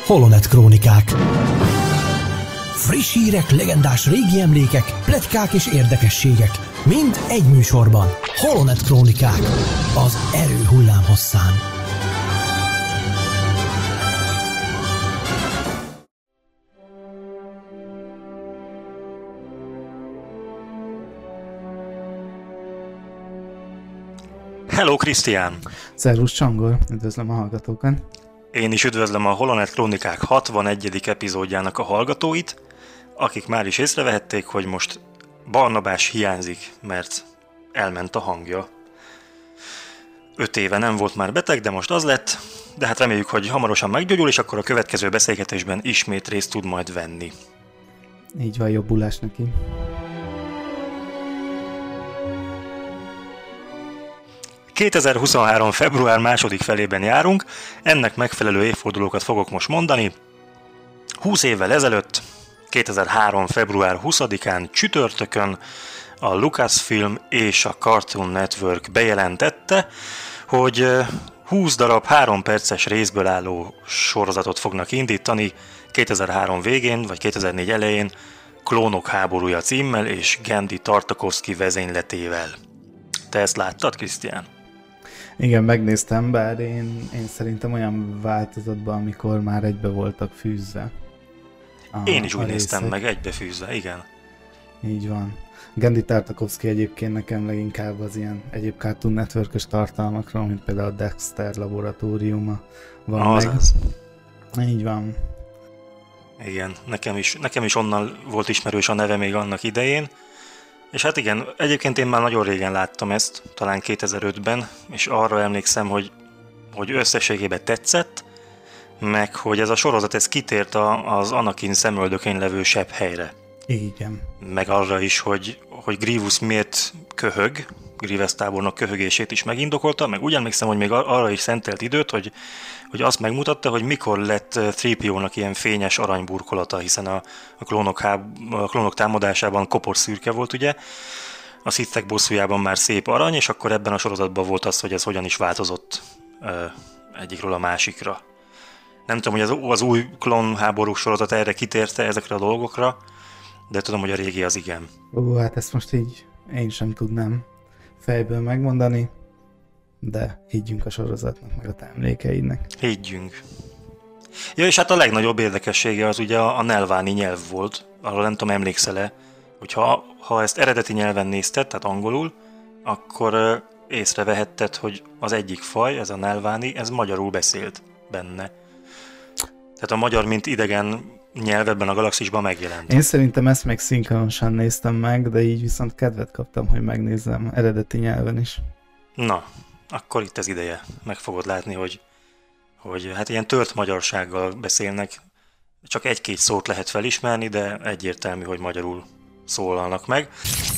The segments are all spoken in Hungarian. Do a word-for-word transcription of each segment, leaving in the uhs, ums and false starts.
Holonet Krónikák. Friss hírek, legendás régi emlékek, pletykák és érdekességek. Mind egy műsorban. Holonet Krónikák. Az erő hullámhosszán. Hello, Krisztián! Szervusz, Csongor! Üdvözlöm a hallgatókat! Én is üdvözlöm a Holonet Krónikák hatvanegyedik epizódjának a hallgatóit, akik már is észrevehették, hogy most Barnabás hiányzik, mert elment a hangja. Öt éve nem volt már beteg, de most az lett, de hát reméljük, hogy hamarosan meggyógyul, és akkor a következő beszélgetésben ismét részt tud majd venni. Így van, jobbulás neki. kétezer-huszonhárom. február második felében járunk, ennek megfelelő évfordulókat fogok most mondani. húsz évvel ezelőtt, kétezer-három. február huszadikán csütörtökön a Lucasfilm és a Cartoon Network bejelentette, hogy húsz darab három perces részből álló sorozatot fognak indítani kétezer-három végén, vagy kétezer-négy elején, Klónok háborúja címmel és Genndy Tartakovsky vezényletével. Te ezt láttad, Krisztián? Igen, megnéztem, bár én, én szerintem olyan változatban, amikor már egybe voltak fűzve. A, én is úgy néztem meg, egybefűzve, igen. Így van. Genndy Tartakovsky egyébként nekem leginkább az ilyen egyéb Cartoon Network-ös tartalmakról, mint például a Dexter laboratóriuma van Azaz. meg. Így van. Igen, nekem is, nekem is onnan volt ismerős a neve még annak idején. És hát igen, egyébként én már nagyon régen láttam ezt, talán kétezer-ötben, és arra emlékszem, hogy, hogy összességében tetszett, meg hogy ez a sorozat ez kitért a, az Anakin szemöldökén levő sebb helyre. Igen. Meg arra is, hogy, hogy Grievous miért köhög, Grievous tábornok köhögését is megindokolta, meg úgy emlékszem, hogy még arra is szentelt időt, hogy, hogy azt megmutatta, hogy mikor lett három pé ó-nak ilyen fényes aranyburkolata, hiszen a, a, klónok háb, a klónok támadásában kopor szürke volt, ugye, a Sithek bosszújában már szép arany, és akkor ebben a sorozatban volt az, hogy ez hogyan is változott ö, egyikről a másikra. Nem tudom, hogy az, az új klónháborús sorozat erre kitérte, ezekre a dolgokra, de tudom, hogy a régi az igen. Ó, hát ezt most így én sem tudnám fejből megmondani, de higgyünk a sorozatnak, meg a te emlékeidnek. Higgyünk. Ja, és hát a legnagyobb érdekessége az ugye a, a nelváni nyelv volt, arról nem tudom, emlékszel-e, hogy ha, ha ezt eredeti nyelven nézted, tehát angolul, akkor uh, észrevehetted, hogy az egyik faj, ez a nelváni, ez magyarul beszélt benne. Tehát a magyar, mint idegen nyelv ebben a galaxisban megjelent. Én szerintem ezt még szinkronosan néztem meg, de így viszont kedvet kaptam, hogy megnézzem eredeti nyelven is. Na, akkor itt az ideje. Meg fogod látni, hogy, hogy hát ilyen tört magyarsággal beszélnek. Csak egy-két szót lehet felismerni, de egyértelmű, hogy magyarul szólalnak meg.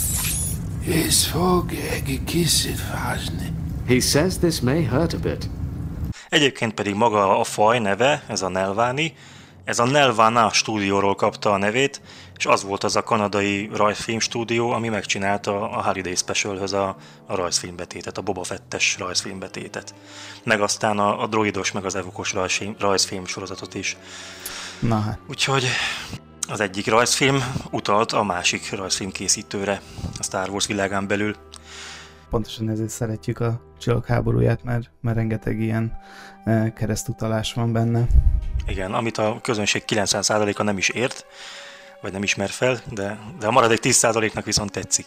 He says this may hurt a bit. Egyébként pedig maga a faj neve, ez a nelváni, ez a Nelvana stúdióról kapta a nevét, és az volt az a kanadai rajzfilm stúdió, ami megcsinálta a Holiday Specialhöz a, a rajzfilmbetétet, a Boba Fettes rajzfilmbetétet. Meg aztán a, a droidos, meg az evokos rajzfilm, rajzfilm sorozatot is. Na hát. Úgyhogy az egyik rajzfilm utalt a másik rajzfilm készítőre a Star Wars világán belül. Pontosan ezért szeretjük a Csillagok háborúját, mert, mert rengeteg ilyen e, keresztutalás van benne. Igen, amit a közönség kilencven százaléka nem is ért, vagy nem ismer fel, de, de a maradék tíz százaléknak viszont tetszik.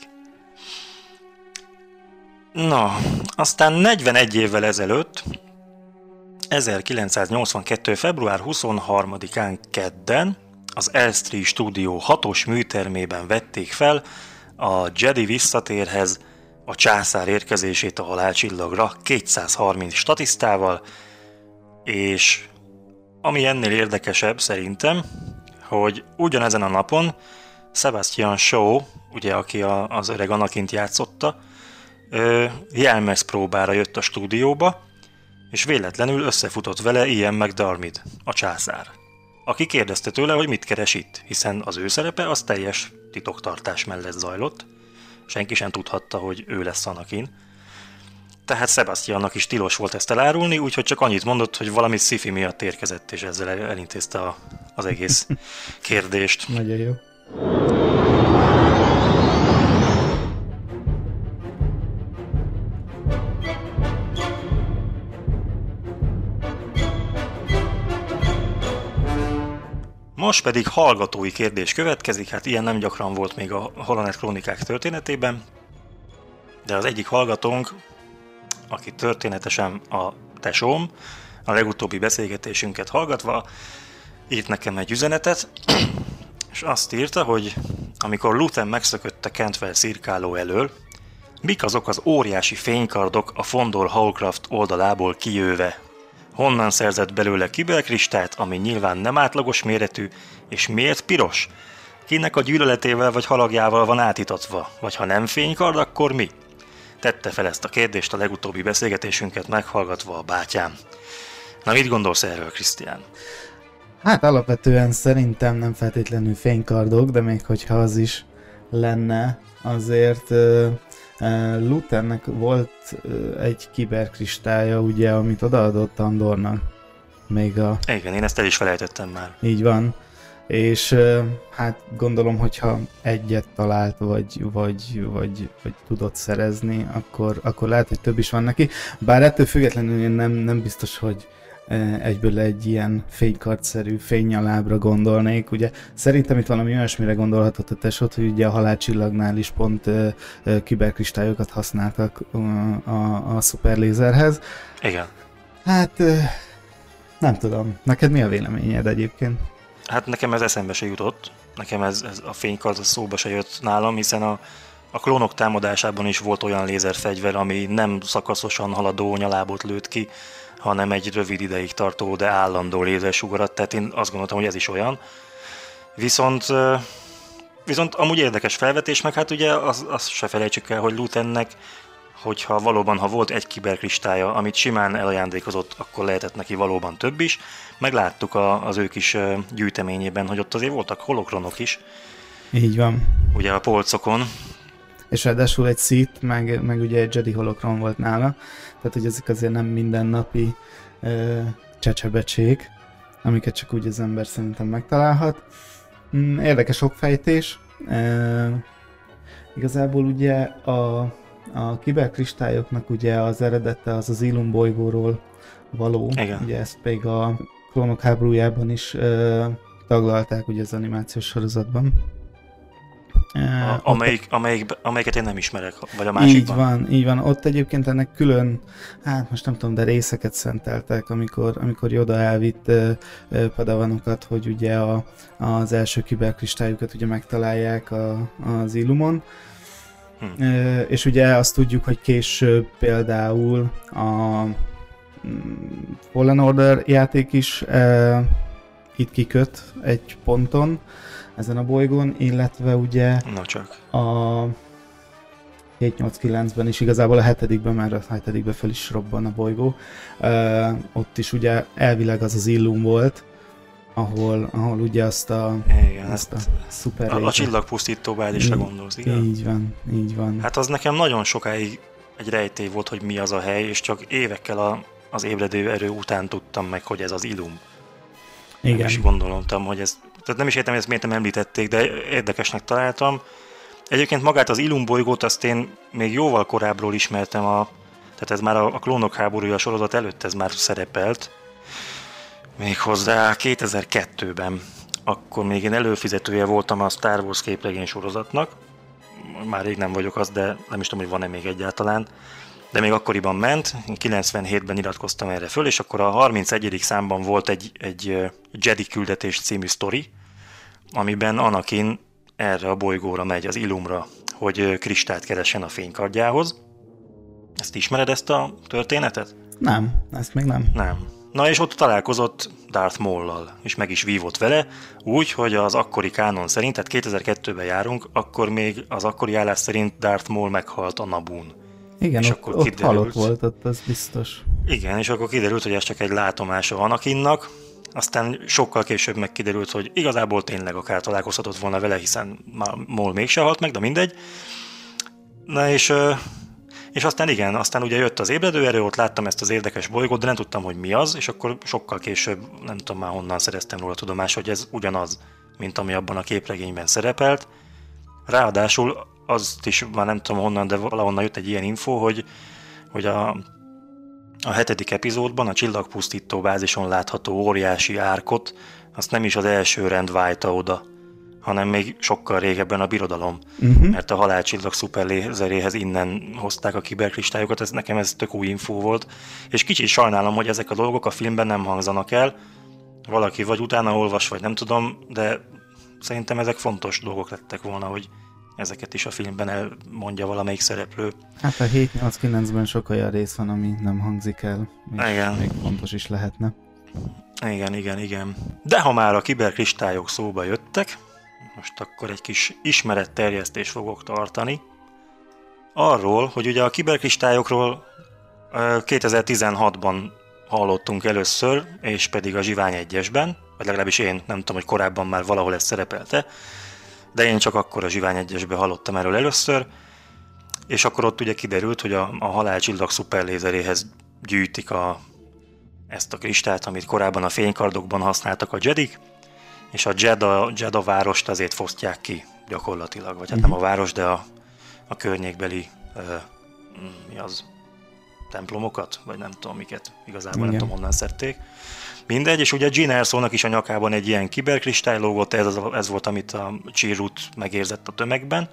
Na, aztán negyvenegy évvel ezelőtt, ezerkilencszáznyolcvankettő. február huszonharmadikán kedden az Elstree stúdió hatos műtermében vették fel a Jedi visszatérhez a császár érkezését a halálcsillagra kétszázharminc statisztával, és ami ennél érdekesebb szerintem, hogy ugyanezen a napon Sebastian Shaw, ugye aki a, az öreg Anakint játszotta, jelmez próbára jött a stúdióba, és véletlenül összefutott vele Ian McDiarmid, a császár, aki kérdezte tőle, hogy mit keres itt, hiszen az ő szerepe az teljes titoktartás mellett zajlott, senki sem tudhatta, hogy ő lesz Anakin. Tehát Sebastiannak is tilos volt ezt elárulni, úgyhogy csak annyit mondott, hogy valami sci-fi miatt érkezett, és ezzel elintézte a, az egész kérdést. Nagyon jó. Most pedig hallgatói kérdés következik, hát ilyen nem gyakran volt még a Holonet Krónikák történetében, de az egyik hallgatónk, aki történetesen a tesóm, a legutóbbi beszélgetésünket hallgatva, írt nekem egy üzenetet, és azt írta, hogy amikor Luthen megszökötte Cantwell szirkáló elől, mik azok az óriási fénykardok a Fondor Howcraft oldalából kijöve. Honnan szerzett belőle kibelkristályt, ami nyilván nem átlagos méretű, és miért piros? Kinek a gyűlöletével vagy halagjával van átítatva? Vagy ha nem fénykard, akkor mi? Tette fel ezt a kérdést a legutóbbi beszélgetésünket meghallgatva a bátyám. Na, mit gondolsz erről, Krisztián? Hát alapvetően szerintem nem feltétlenül fénykardok, de még hogyha az is lenne, azért uh, uh, Luthennek volt uh, egy kiberkristálya, ugye, amit odaadott Andornak. Még a... Igen, én ezt el is felejtettem már. Így van. És uh, hát gondolom, hogyha egyet talált, vagy, vagy, vagy, vagy tudott szerezni, akkor, akkor lehet, hogy több is van neki. Bár ettől függetlenül én nem, nem biztos, hogy egyből egy ilyen fénykardszerű fénynyalábra gondolnék. Ugye szerintem itt valami olyasmire gondolhatott a tesót, hogy ugye a halálcsillagnál is pont uh, uh, kiberkristályokat használtak uh, a, a szuperlézerhez. Igen. Hát uh, nem tudom. Neked mi a véleményed egyébként? Hát nekem ez eszembe se jutott. Nekem ez, ez a fénykard szóba se jött nálam, hiszen a, a klónok támadásában is volt olyan lézerfegyver, ami nem szakaszosan haladó nyalábot lőtt ki, hanem egy rövid ideig tartó, de állandó lézersugarat, tehát én azt gondoltam, hogy ez is olyan. Viszont, viszont amúgy érdekes felvetés, meg hát ugye azt az se felejtsük el, hogy Luthennek, hogyha valóban, ha volt egy kiberkristálya, amit simán elajándékozott, akkor lehetett neki valóban több is. Megláttuk a, az ő kis gyűjteményében, hogy ott azért voltak holokronok is. Így van. Ugye a polcokon. És ráadásul egy Sith, meg, meg ugye egy Jedi holokron volt nála. Tehát, hogy ezek azért nem mindennapi ö, csecsebecsék, amiket csak úgy az ember szerintem megtalálhat. Érdekes okfejtés. E, igazából ugye a, a kiberkristályoknak ugye az eredete az az Ilum bolygóról való. Igen. Ugye ezt még a Klónok háborújában is e, taglalták ugye az animációs sorozatban. A, amelyik, amelyik, amelyiket én nem ismerek, vagy a másikban. Így van, így van. Ott egyébként ennek külön, hát most nem tudom, de részeket szenteltek, amikor, amikor Yoda elvitt uh, uh, padavanokat, hogy ugye a, az első kiberkristályokat ugye megtalálják a, az Illumon. Hm. Uh, és ugye azt tudjuk, hogy később például a Fallen Order játék is uh, itt kiköt egy ponton, ezen a bolygón, illetve ugye no, csak. a hét nyolc kilencben is, igazából a hetedikben, már a hetedikben fel is robban a bolygó. Uh, ott is ugye elvileg az az Illum volt, ahol, ahol ugye azt a, igen, azt a szuper a, a csillagpusztító bázisra gondolsz, igen? Így van, így van. Hát az nekem nagyon sokáig egy rejtély volt, hogy mi az a hely, és csak évekkel a, az ébredő erő után tudtam meg, hogy ez az Illum. Igen. Nem is gondoltam, hogy ez... Tehát nem is értem, hogy ezt miért nem említették, de érdekesnek találtam. Egyébként magát az Illum bolygót azt én még jóval korábbról ismertem, a, tehát ez már a, a Klónok háborúja sorozat előtt ez már szerepelt. Méghozzá kétezer-kettőben. Akkor még én előfizetője voltam a Star Wars képregény sorozatnak. Már rég nem vagyok az, de nem is tudom, hogy van-e még egyáltalán. De még akkoriban ment, kilencvenhétben iratkoztam erre föl, és akkor a harmincegyedik számban volt egy, egy Jedi küldetés című sztori, amiben Anakin erre a bolygóra megy, az Illumra, hogy kristályt keressen a fénykardjához. Ezt ismered, ezt a történetet? Nem, ezt még nem. Nem. Na és ott találkozott Darth Maul-lal, és meg is vívott vele, úgy, hogy az akkori kánon szerint, tehát kétezer-kettőben járunk, akkor még az akkori állás szerint Darth Maul meghalt a Nabún. Igen, és ott, akkor ott kiderült, halott volt, ott az biztos. Igen, és akkor kiderült, hogy ez csak egy látomása Anakinnak, aztán sokkal később megkiderült, hogy igazából tényleg akár találkozhatott volna vele, hiszen Maul mégse halt meg, de mindegy. Na és, És aztán igen, aztán ugye jött az ébredőerő, ott láttam ezt az érdekes bolygót, de nem tudtam, hogy mi az, és akkor sokkal később, nem tudom már honnan szereztem róla tudomást, hogy ez ugyanaz, mint ami abban a képregényben szerepelt. Ráadásul azt is már nem tudom honnan, de valahonnan jött egy ilyen info, hogy, hogy a, a hetedik epizódban a csillagpusztító bázison látható óriási árkot, azt nem is az első rend vájta oda, hanem még sokkal régebben a birodalom, uh-huh. mert a halálcsillag szuperlézeréhez innen hozták a kiberkristályokat, ez nekem ez tök új infó volt, és kicsit sajnálom, hogy ezek a dolgok a filmben nem hangzanak el, valaki vagy utána olvas, vagy nem tudom, de szerintem ezek fontos dolgok lettek volna, hogy ezeket is a filmben elmondja valamelyik szereplő. Hát a hét nyolc kilencben sok olyan rész van, ami nem hangzik el, és igen. még fontos is lehetne. Igen, igen, igen. De ha már a kiberkristályok szóba jöttek, most akkor egy kis ismeretterjesztést fogok tartani. Arról, hogy ugye a kiberkristályokról kétezer-tizenhatban hallottunk először, és pedig a Zsivány egyesben, vagy legalábbis én, nem tudom, hogy korábban már valahol ez szerepelte, de én csak akkor a Zsivány egyesben hallottam erről először, és akkor ott ugye kiderült, hogy a, a halálcsillag szuperlézeréhez gyűjtik a, ezt a kristályt, amit korábban a fénykardokban használtak a Jedik, és a Jedha, Jedha várost azért fosztják ki gyakorlatilag, vagy hát nem a város, de a, a környékbeli uh, mi az, templomokat, vagy nem tudom miket, igazából Igen. nem tudom honnan szedték. Mindegy, és ugye Jyn Erso-nak is a nyakában egy ilyen kiberkristály lógott, ez, ez volt, amit a Chirrut megérzett a tömegben,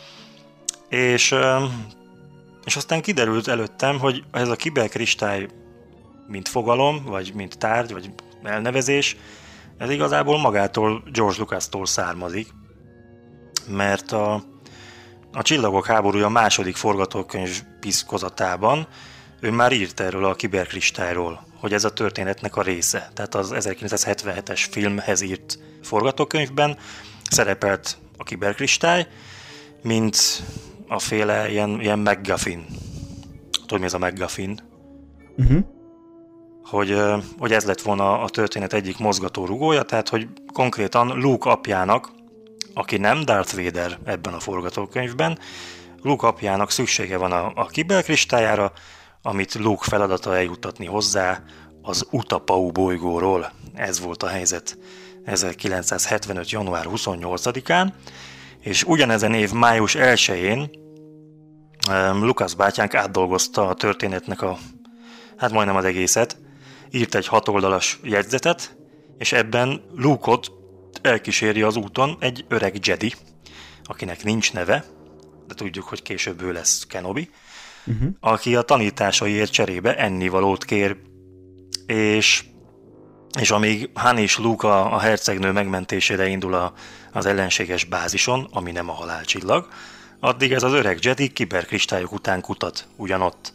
és, és aztán kiderült előttem, hogy ez a kiberkristály mint fogalom, vagy mint tárgy, vagy elnevezés, ez igazából magától George Lucas-tól származik, mert a, a Csillagok háborúja második forgatókönyv piszkozatában ő már írt erről a kiberkristályról, hogy ez a történetnek a része. Tehát az ezerkilencszázhetvenhetes filmhez írt forgatókönyvben szerepelt a kiberkristály, mint a féle ilyen, ilyen MacGuffin. Tudod, mi ez a MacGuffin? Uh-huh. Hogy, hogy ez lett volna a történet egyik mozgató rugója, tehát hogy konkrétan Luke apjának, aki nem Darth Vader ebben a forgatókönyvben, Luke apjának szüksége van a, a kiberkristályára, amit Luke feladata eljuttatni hozzá az Utapau bolygóról. Ez volt a helyzet ezerkilencszázhetvenöt. január huszonnyolcadikán, és ugyanezen év május elsején um, Lucas bátyánk átdolgozta a történetnek a, hát majdnem az egészet, írt egy hatoldalas jegyzetet, és ebben Luke-ot elkíséri az úton egy öreg Jedi, akinek nincs neve, de tudjuk, hogy később ő lesz Kenobi, uh-huh. aki a tanításaiért cserébe ennivalót kér, és, és amíg Han és Luke a, a hercegnő megmentésére indul a, az ellenséges bázison, ami nem a halálcsillag, addig ez az öreg Jedi kiberkristályok után kutat ugyanott.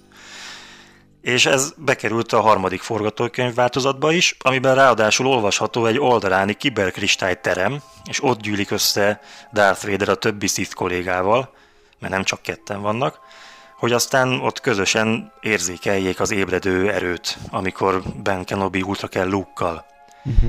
És ez bekerült a harmadik forgatókönyv változatba is, amiben ráadásul olvasható egy oldaláni kiberkristályterem, és ott gyűlik össze Darth Vader a többi Sith kollégával, mert nem csak ketten vannak, hogy aztán ott közösen érzékeljék az ébredő erőt, amikor Ben Kenobi útra kell Luke-kal. Uh-huh.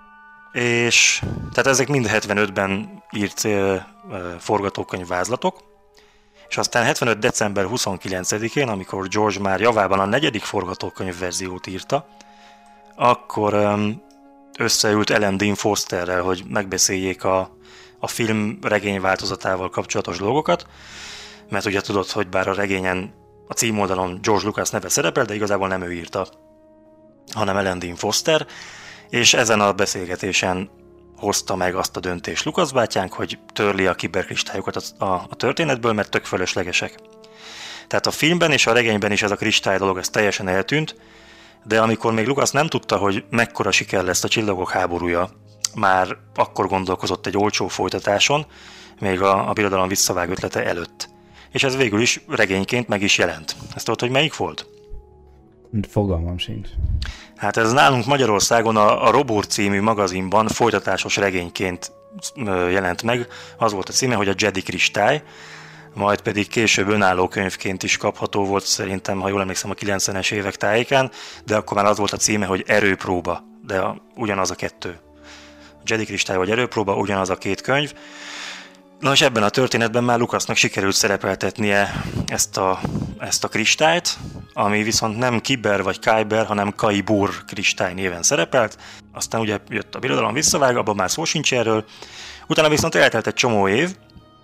És tehát ezek mind hetvenötben írt uh, forgatókönyv vázlatok, és aztán hetvenöt. december huszonkilencedikén, amikor George már javában a negyedik forgatókönyv verziót írta, akkor um, összeült Alan Dean Fosterrel, hogy megbeszéljék a, a film regény változatával kapcsolatos dolgokat, mert ugye tudod, hogy bár a regényen a címoldalon George Lucas neve szerepel, de igazából nem ő írta, hanem Alan Dean Foster, és ezen a beszélgetésen hozta meg azt a döntést Lucas bátyánk, hogy törli a kiberkristályokat a, a, a történetből, mert tök fölöslegesek. Tehát a filmben és a regényben is ez a kristály dolog, ez teljesen eltűnt, de amikor még Lucas nem tudta, hogy mekkora siker lesz a Csillagok háborúja, már akkor gondolkozott egy olcsó folytatáson, még a, a Birodalom visszavág ötlete előtt. És ez végül is regényként meg is jelent. Ezt tudod, hogy melyik volt? Fogalmam sincs. Hát ez nálunk Magyarországon a, a Robur című magazinban folytatásos regényként jelent meg. Az volt a címe, hogy a Jedi kristály, majd pedig később önálló könyvként is kapható volt szerintem, ha jól emlékszem, a kilencvenes évek tájékán, de akkor már az volt a címe, hogy Erőpróba, de a, ugyanaz a kettő. A Jedi kristály vagy Erőpróba, ugyanaz a két könyv. Na és ebben a történetben már Lucasnak sikerült szerepeltetnie ezt a, ezt a kristályt, ami viszont nem Kyber vagy Kyber, hanem Kaibur kristály néven szerepelt. Aztán ugye jött a birodalom visszavág, abban már szó sincs erről. Utána viszont eltelt egy csomó év,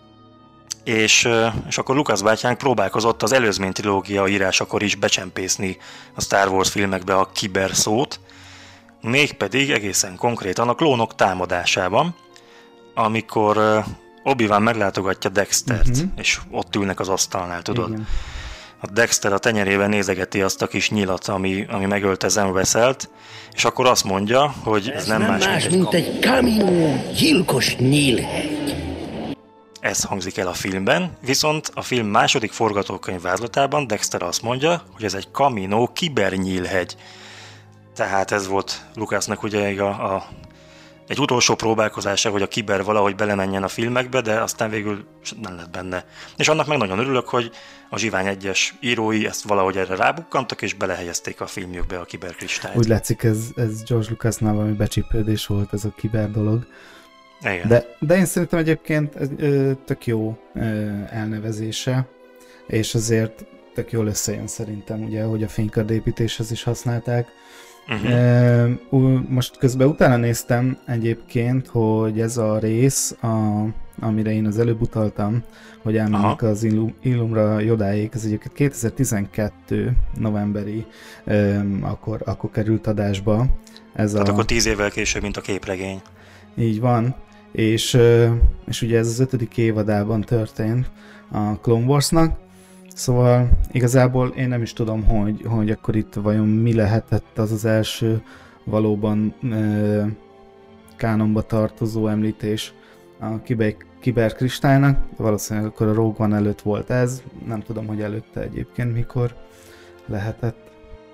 és, és akkor Lucas bátyánk próbálkozott az előzmény trilógia írásakor is becsempészni a Star Wars filmekbe a Kyber szót, mégpedig egészen konkrétan a klónok támadásában, amikor Obi-Wan meglátogatja Dextert, uh-huh. és ott ülnek az asztalnál, tudod? Igen. A Dexter a tenyerében nézegeti azt a kis nyilat, ami, ami megölte Zem Wesselt, és akkor azt mondja, hogy ez, ez nem, nem más, más, mint egy, egy Kamino gyilkos nyílhegy. Ez hangzik el a filmben, viszont a film második forgatókönyv vázlatában Dexter azt mondja, hogy ez egy Kamino kibernyílhegy. Tehát ez volt Lucasnak ugye a, a, egy utolsó próbálkozása, hogy a kiber valahogy belemenjen a filmekbe, de aztán végül nem lett benne. És annak meg nagyon örülök, hogy a Zsivány egyes írói ezt valahogy erre rábukkantak, és belehelyezték a filmjükbe a kiberkristályt. Úgy látszik, ez, ez George Lucasnál valami becsípődés volt ez a kiber dolog. Igen. De, de én szerintem egyébként ez ö, tök jó ö, elnevezése, és azért tök jól összejön szerintem, ugye, hogy a fénykardépítéshez is használták. Uh-huh. E, most közben utána néztem egyébként, hogy ez a rész, a, amire én az előbb utaltam, hogy elmennek az Illum, Illumra Jodáék, ez egyébként kétezer-tizenkettő novemberi, e, akkor, akkor került adásba. Ez Tehát a... akkor tíz évvel később, mint a képregény. Így van, és, és ugye ez az ötödik évadában történt a Clone Warsnak, szóval igazából én nem is tudom, hogy, hogy akkor itt vajon mi lehetett az az első valóban e, kánonba tartozó említés a kiber, kiberkristálynak, valószínűleg akkor a Rogue One előtt volt ez, nem tudom, hogy előtte egyébként mikor lehetett.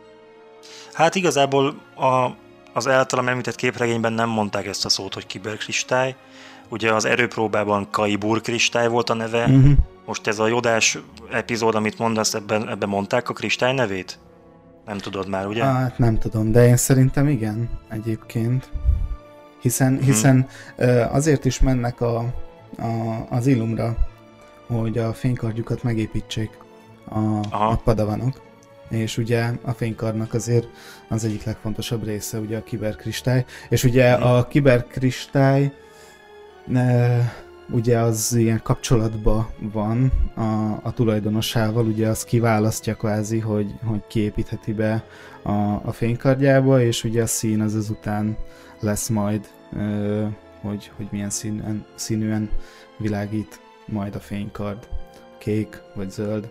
Hát igazából a az általam említett képregényben nem mondták ezt a szót, hogy kiberkristály. Ugye az erőpróbában Kaibur kristály volt a neve. Uh-huh. Most ez a Jodás epizód, amit mondasz, ebben, ebben mondták a kristály nevét? Nem tudod már, ugye? Hát nem tudom, de én szerintem igen, egyébként. Hiszen, hiszen uh-huh. azért is mennek a, a, az Illumra, hogy a fénykardjukat megépítsék a, a padavanok. És ugye a fénykardnak azért az egyik legfontosabb része ugye a kiberkristály, és ugye a kiberkristály e, ugye az ilyen kapcsolatban van a, a tulajdonosával, ugye az kiválasztja kvázi, hogy, hogy kiépítheti be a, a fénykardjába, és ugye a szín az azután lesz majd, e, hogy, hogy milyen színen, színűen világít majd a fénykard, kék vagy zöld.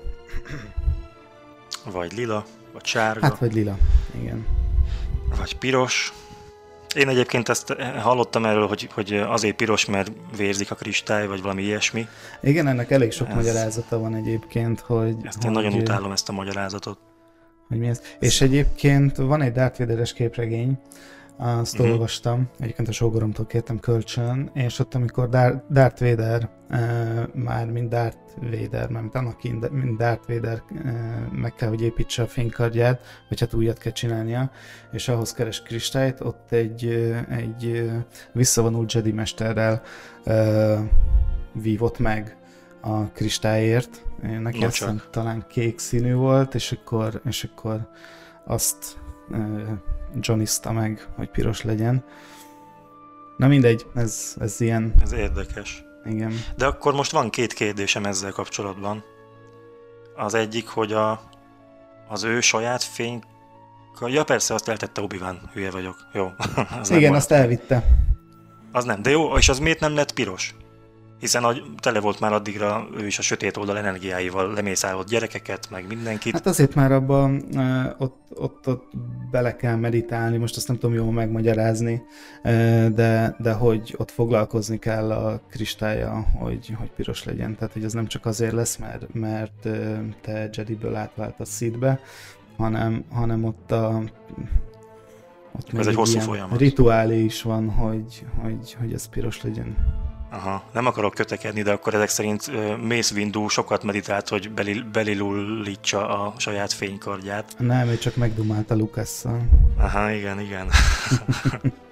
Vagy lila, vagy sárga. Hát, vagy lila, igen. Vagy piros. Én egyébként ezt hallottam erről, hogy, hogy azért piros, mert vérzik a kristály, vagy valami ilyesmi. Igen, ennek elég sok ez... magyarázata van egyébként, hogy... Ezt én hogy, nagyon utálom, ezt a magyarázatot. Hogy mi ez? És egyébként van egy Darth Vader-es képregény, azt uh-huh. olvastam, egyébként a sógoromtól kértem kölcsön, és ott amikor Darth Vader, uh, már mint Darth Vader, már mint Anakin, mint Darth Vader uh, meg kell, hogy építse a fénykardját, vagy hát újat kell csinálnia, és ahhoz keres kristályt, ott egy, uh, egy uh, visszavonult Jedi mesterrel uh, vívott meg a kristályért. Neki azt hiszem, talán kék színű volt, és akkor, és akkor azt uh, Johnnyzta meg, hogy piros legyen. Na mindegy, ez, ez ilyen... Ez érdekes. Igen. De akkor most van két kérdésem ezzel kapcsolatban. Az egyik, hogy a, az ő saját fény... Ja persze, azt eltette Obi-Wan, hülye vagyok. Jó. Az igen, azt elvitte. Az nem, de jó, és az miért nem lett piros? Hiszen a, tele volt már addigra ő is a sötét oldal energiáival lemészálott gyerekeket, meg mindenkit. Hát azért már abban uh, ott, ott, ott bele kell meditálni, most azt nem tudom jól megmagyarázni, uh, de, de hogy ott foglalkozni kell a kristálya, hogy, hogy piros legyen. Tehát, hogy az nem csak azért lesz, mert, mert uh, te Jediből átváltasz Sithbe, hanem, hanem ott a... Ott ez egy hosszú folyamat. Rituálé is van, hogy, hogy, hogy ez piros legyen. Aha, nem akarok kötekedni, de akkor ezek szerint uh, Mace Windu sokat meditált, hogy belil, belilulítsa a saját fénykardját. Nem, ő csak megdumálta Lucasszal. Aha, igen, igen.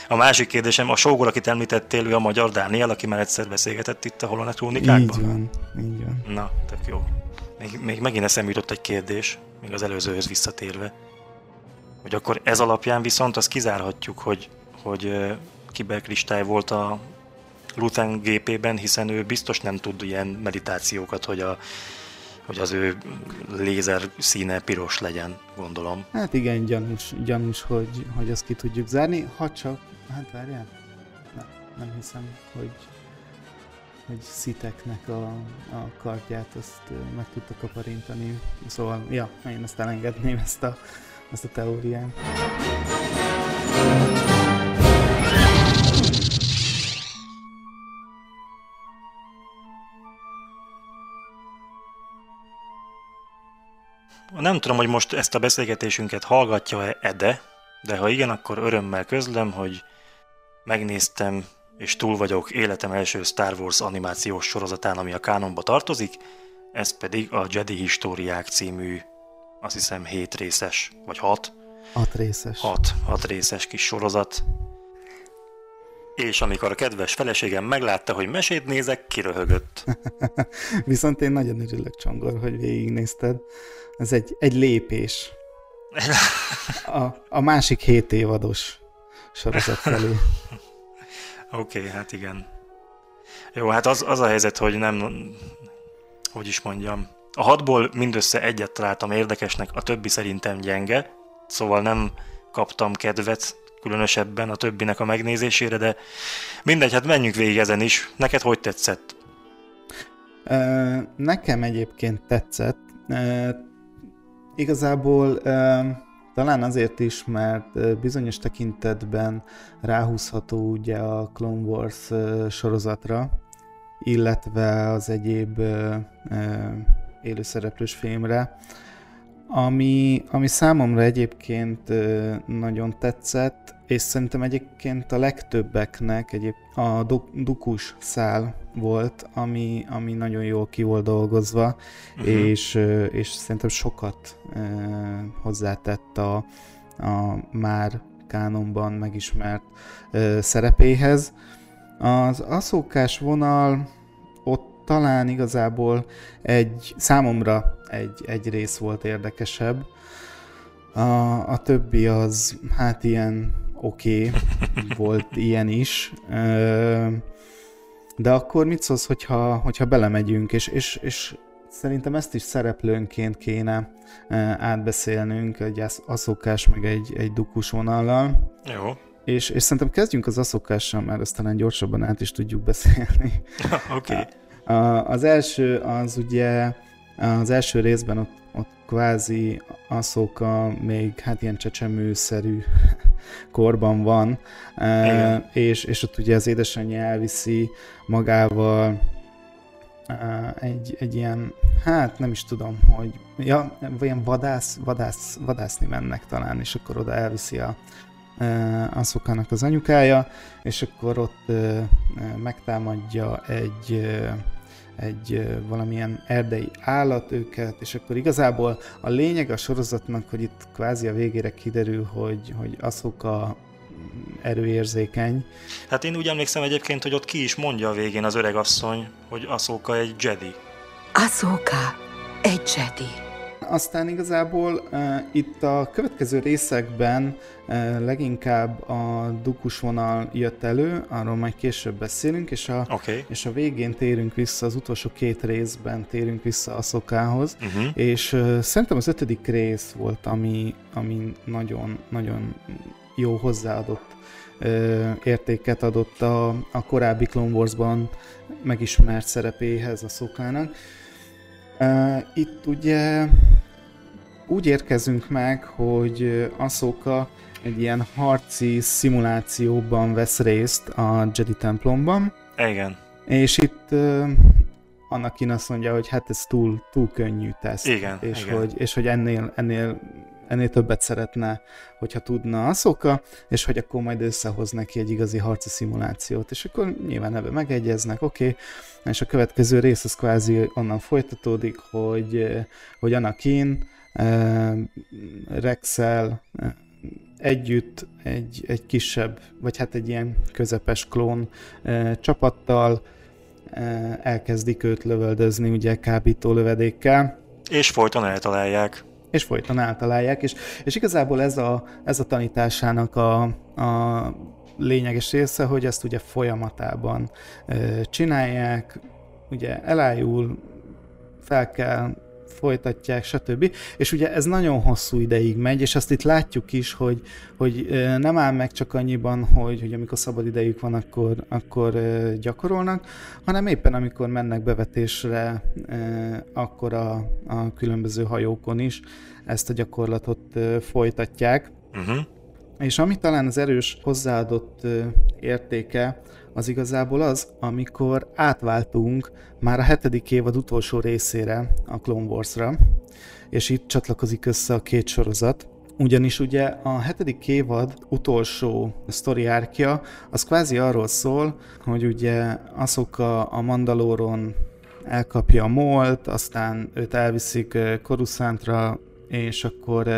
A másik kérdésem, a sógor, akit említettél, ő a magyar Dániel, aki már egyszer beszélgetett itt a Holonet Krónikákban? Így van, így van. Na, tök jó. Még, még megint eszembe jutott egy kérdés, még az előzőhöz visszatérve. Hogy akkor ez alapján viszont azt kizárhatjuk, hogy, hogy kiberkristály volt a Luthen gépében, hiszen ő biztos nem tud ilyen meditációkat, hogy, a, hogy az ő lézer színe piros legyen, gondolom. Hát igen, gyanús, gyanús hogy, hogy azt ki tudjuk zárni, ha csak, hát várjál, nem, nem hiszem, hogy, hogy Sitheknek a, a kardját azt meg tudta kaparintani, szóval, ja, én ezt elengedném, ezt a, ezt a teóriát. Nem tudom, hogy most ezt a beszélgetésünket hallgatja-e Ede, de ha igen, akkor örömmel közlöm, hogy megnéztem, és túl vagyok életem első Star Wars animációs sorozatán, ami a kánonba tartozik, ez pedig a Jedi Históriák című, azt hiszem hét részes, vagy hat. Hat részes. Hat, hat részes kis sorozat. És amikor a kedves feleségem meglátta, hogy mesét nézek, kiröhögött. Viszont én nagyon örülök, Csongor, hogy végignézted. Ez egy, egy lépés. A, a másik hét évados sorozat felé. Oké, okay, hát igen. Jó, hát az, az a helyzet, hogy nem, hogy is mondjam, a hatból mindössze egyet találtam érdekesnek, a többi szerintem gyenge, szóval nem kaptam kedvet különösebben a többinek a megnézésére, de mindegy, hát menjünk végig ezen is. Neked hogy tetszett? Uh, nekem egyébként tetszett. Uh, igazából uh, talán azért is, mert uh, bizonyos tekintetben ráhúzható ugye a Clone Wars uh, sorozatra, illetve az egyéb uh, uh, élőszereplős filmre, ami, ami számomra egyébként uh, nagyon tetszett, és szerintem egyébként a legtöbbeknek egyéb a dukus szál volt, ami, ami nagyon jól ki volt dolgozva, uh-huh. és, és szerintem sokat uh, hozzátett a, a már kánonban megismert uh, szerepéhez. Az Ahszókás vonal ott talán igazából egy, számomra egy, egy rész volt érdekesebb. A, a többi az hát ilyen oké, okay, volt ilyen is, de akkor mit szólsz, hogyha, hogyha belemegyünk, és, és, és szerintem ezt is szereplőnként kéne átbeszélnünk, egy Ahszókás meg egy, egy dukus vonallal. Jó. És, és szerintem kezdjünk az Ahszókással, mert azt talán gyorsabban át is tudjuk beszélni. Oké. Okay. Az első az ugye, az első részben ott, ott kvázi Ahszóka még hát ilyen csecsemőszerű korban van, uh, és, és ott ugye az édesanyja elviszi magával uh, egy, egy ilyen, hát nem is tudom, hogy ja, olyan vadász, vadász, vadászni mennek talán, és akkor oda elviszi a uh, Ahszókának az anyukája, és akkor ott uh, megtámadja egy uh, egy valamilyen erdei állat őket, és akkor igazából a lényeg a sorozatnak, hogy itt kvázi a végére kiderül, hogy, hogy Ahszóka erőérzékeny. Hát én úgy emlékszem egyébként, hogy ott ki is mondja a végén az öreg asszony, hogy Ahszóka egy Jedi. Ahszóka egy Jedi. Aztán igazából uh, itt a következő részekben uh, leginkább a dukus vonal jött elő, arról majd később beszélünk, és a, okay. és a végén térünk vissza, az utolsó két részben térünk vissza Ahszókához, uh-huh. és uh, szerintem az ötödik rész volt, ami, ami nagyon, nagyon jó hozzáadott uh, értéket adott a, a korábbi Clone Warsban megismert szerepéhez Ahszókának. Uh, itt ugye úgy érkezünk meg, hogy Ahszóka egy ilyen harci szimulációban vesz részt a Jedi templomban. Igen. És itt uh, Anakin azt mondja, hogy hát ez túl, túl könnyű teszt. Igen, és, igen. Hogy, és hogy ennél, ennél, ennél többet szeretne, hogyha tudna Ahszóka, és hogy akkor majd összehoz neki egy igazi harci szimulációt. És akkor nyilván ebben megegyeznek, oké. Okay. És a következő rész az kvázi onnan folytatódik, hogy, hogy Anakin uh, Rexel uh, együtt egy, egy kisebb, vagy hát egy ilyen közepes klón e, csapattal e, elkezdik őt lövöldözni, ugye kábító lövedékkel. És folyton eltalálják. És folyton eltalálják, és, és igazából ez a, ez a tanításának a, a lényeges része, hogy ezt ugye folyamatában e, csinálják, ugye elájul, fel kell, folytatják, stb. És ugye ez nagyon hosszú ideig megy, és azt itt látjuk is, hogy, hogy nem áll meg csak annyiban, hogy, hogy amikor szabad idejük van, akkor, akkor gyakorolnak, hanem éppen amikor mennek bevetésre, akkor a, a különböző hajókon is ezt a gyakorlatot folytatják. Uh-huh. És ami talán az erős hozzáadott értéke, az igazából az, amikor átváltunk már a hetedik évad utolsó részére, a Clone Wars-ra, és itt csatlakozik össze a két sorozat. Ugyanis ugye a hetedik évad utolsó sztori árkja, az kvázi arról szól, hogy ugye Ahsoka a Mandalóron elkapja a Mault, aztán őt elviszik Coruscantra, és akkor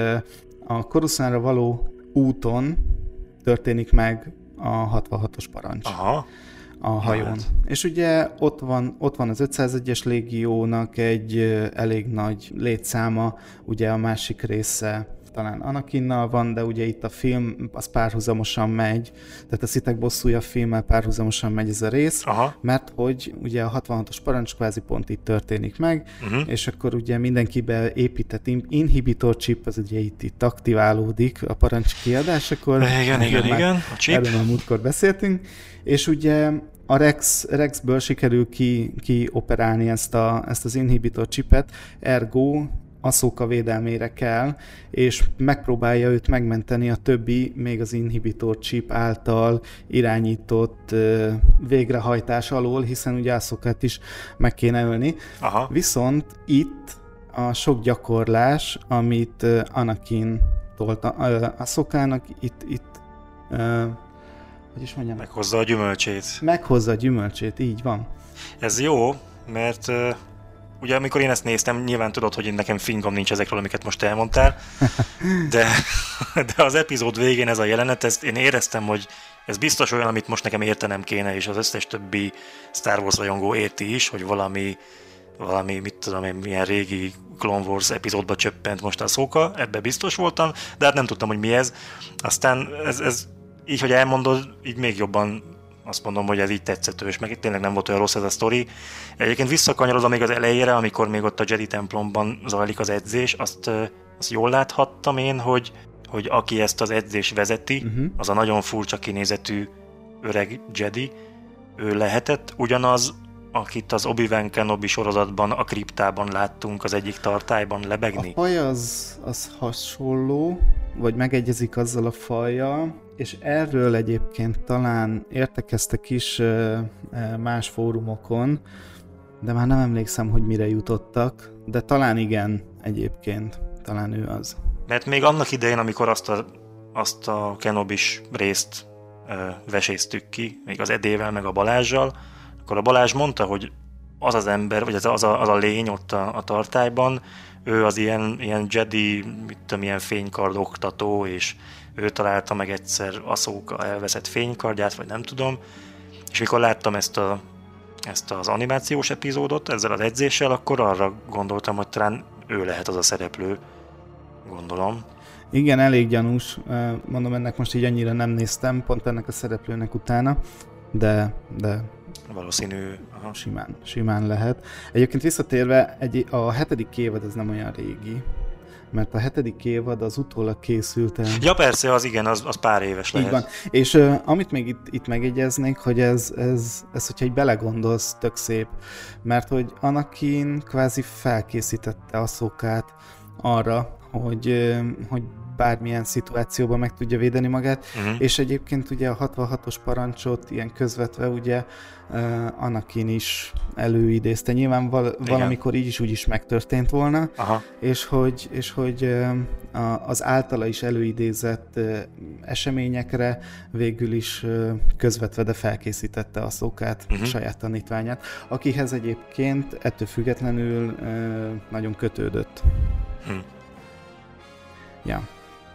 a Coruscantra való úton történik meg a hatvanhatos parancs. Aha. A hajón. Hát. És ugye ott van, ott van az ötszázegyes légiónak egy elég nagy létszáma, ugye a másik része talán Anakinnal van, de ugye itt a film az párhuzamosan megy, tehát a Sithek bosszúja filmmel párhuzamosan megy ez a rész, aha, mert hogy ugye a hatvanhatos parancs kvázi pont itt történik meg, uh-huh, és akkor ugye mindenkibe épített inhibitor chip, az ugye itt, itt aktiválódik a parancs kiadásakor. Igen, igen, igen, a chip. Erről már múltkor beszéltünk, és ugye a Rex, Rexből sikerül ki, ki operálni ezt, a, ezt az inhibitor chipet, ergo Ahsoka védelmére kell, és megpróbálja őt megmenteni a többi, még az inhibitor chip által irányított uh, végrehajtás alól, hiszen ugye Ahsokát is meg kéne ölni. Aha. Viszont itt a sok gyakorlás, amit uh, Anakin tolta uh, Ahsokának, itt, itt uh, hogy is mondjam? Meghozza a gyümölcsét. Meghozza a gyümölcsét, így van. Ez jó, mert... Uh... Ugye amikor én ezt néztem, nyilván tudod, hogy nekem fingom nincs ezekről, amiket most elmondtál, de, de az epizód végén ez a jelenet, ezt én éreztem, hogy ez biztos olyan, amit most nekem értenem kéne, és az összes többi Star Wars rajongó érti is, hogy valami, valami mit tudom én, milyen régi Clone Wars epizódba csöppent most Ahsoka, ebbe biztos voltam, de hát nem tudtam, hogy mi ez. Aztán ez, ez így, hogy elmondod, így még jobban azt mondom, hogy ez így tetszetős, meg tényleg nem volt olyan rossz ez a sztori. Egyébként visszakanyarodva még az elejére, amikor még ott a Jedi templomban zajlik az edzés, azt, azt jól láthattam én, hogy, hogy aki ezt az edzést vezeti, uh-huh. az a nagyon furcsa kinézetű öreg Jedi, ő lehetett ugyanaz, akit az Obi-Wan Kenobi sorozatban, a kriptában láttunk az egyik tartályban lebegni. A faj az, az hasonló, vagy megegyezik azzal a fajjal, és erről egyébként talán értekeztek is más fórumokon, de már nem emlékszem, hogy mire jutottak, de talán igen egyébként, talán ő az. Mert még annak idején, amikor azt a, azt a Kenobis részt ö, veséztük ki, még az Edével, meg a Balázsjal, akkor a Balázs mondta, hogy az az ember, vagy az a, az a, az a lény ott a, a tartályban, ő az ilyen, ilyen Jedi, mit tudom, ilyen fénykard oktató, és ő találta meg egyszer Ahsoka elveszett fénykardját, vagy nem tudom, és mikor láttam ezt, a, ezt az animációs epizódot ezzel az edzéssel, akkor arra gondoltam, hogy talán ő lehet az a szereplő, gondolom. Igen, elég gyanús, mondom, ennek most így annyira nem néztem, pont ennek a szereplőnek utána, de... de... valószínű. Aha. Simán, simán lehet. Egyébként visszatérve, egy, a hetedik évad az nem olyan régi, mert a hetedik évad az utólag készült el. Ja persze, az igen, az, az pár éves lehet. Így van. És uh, amit még itt, itt megegyeznék, hogy ez, ez, ez, hogyha egy belegondolsz, tök szép, mert hogy Anakin kvázi felkészítette Ahsokát arra, hogy, uh, hogy bármilyen szituációban meg tudja védeni magát, uh-huh. és egyébként ugye a hatvanhatos parancsot ilyen közvetve ugye uh, Anakin is előidézte. Nyilván val- valamikor így is úgy is megtörtént volna, aha. és hogy, és hogy uh, a, az általa is előidézett uh, eseményekre végül is uh, közvetve, de felkészítette Ahsokát, uh-huh. a saját tanítványát, akihez egyébként ettől függetlenül uh, nagyon kötődött. Hmm. Ja.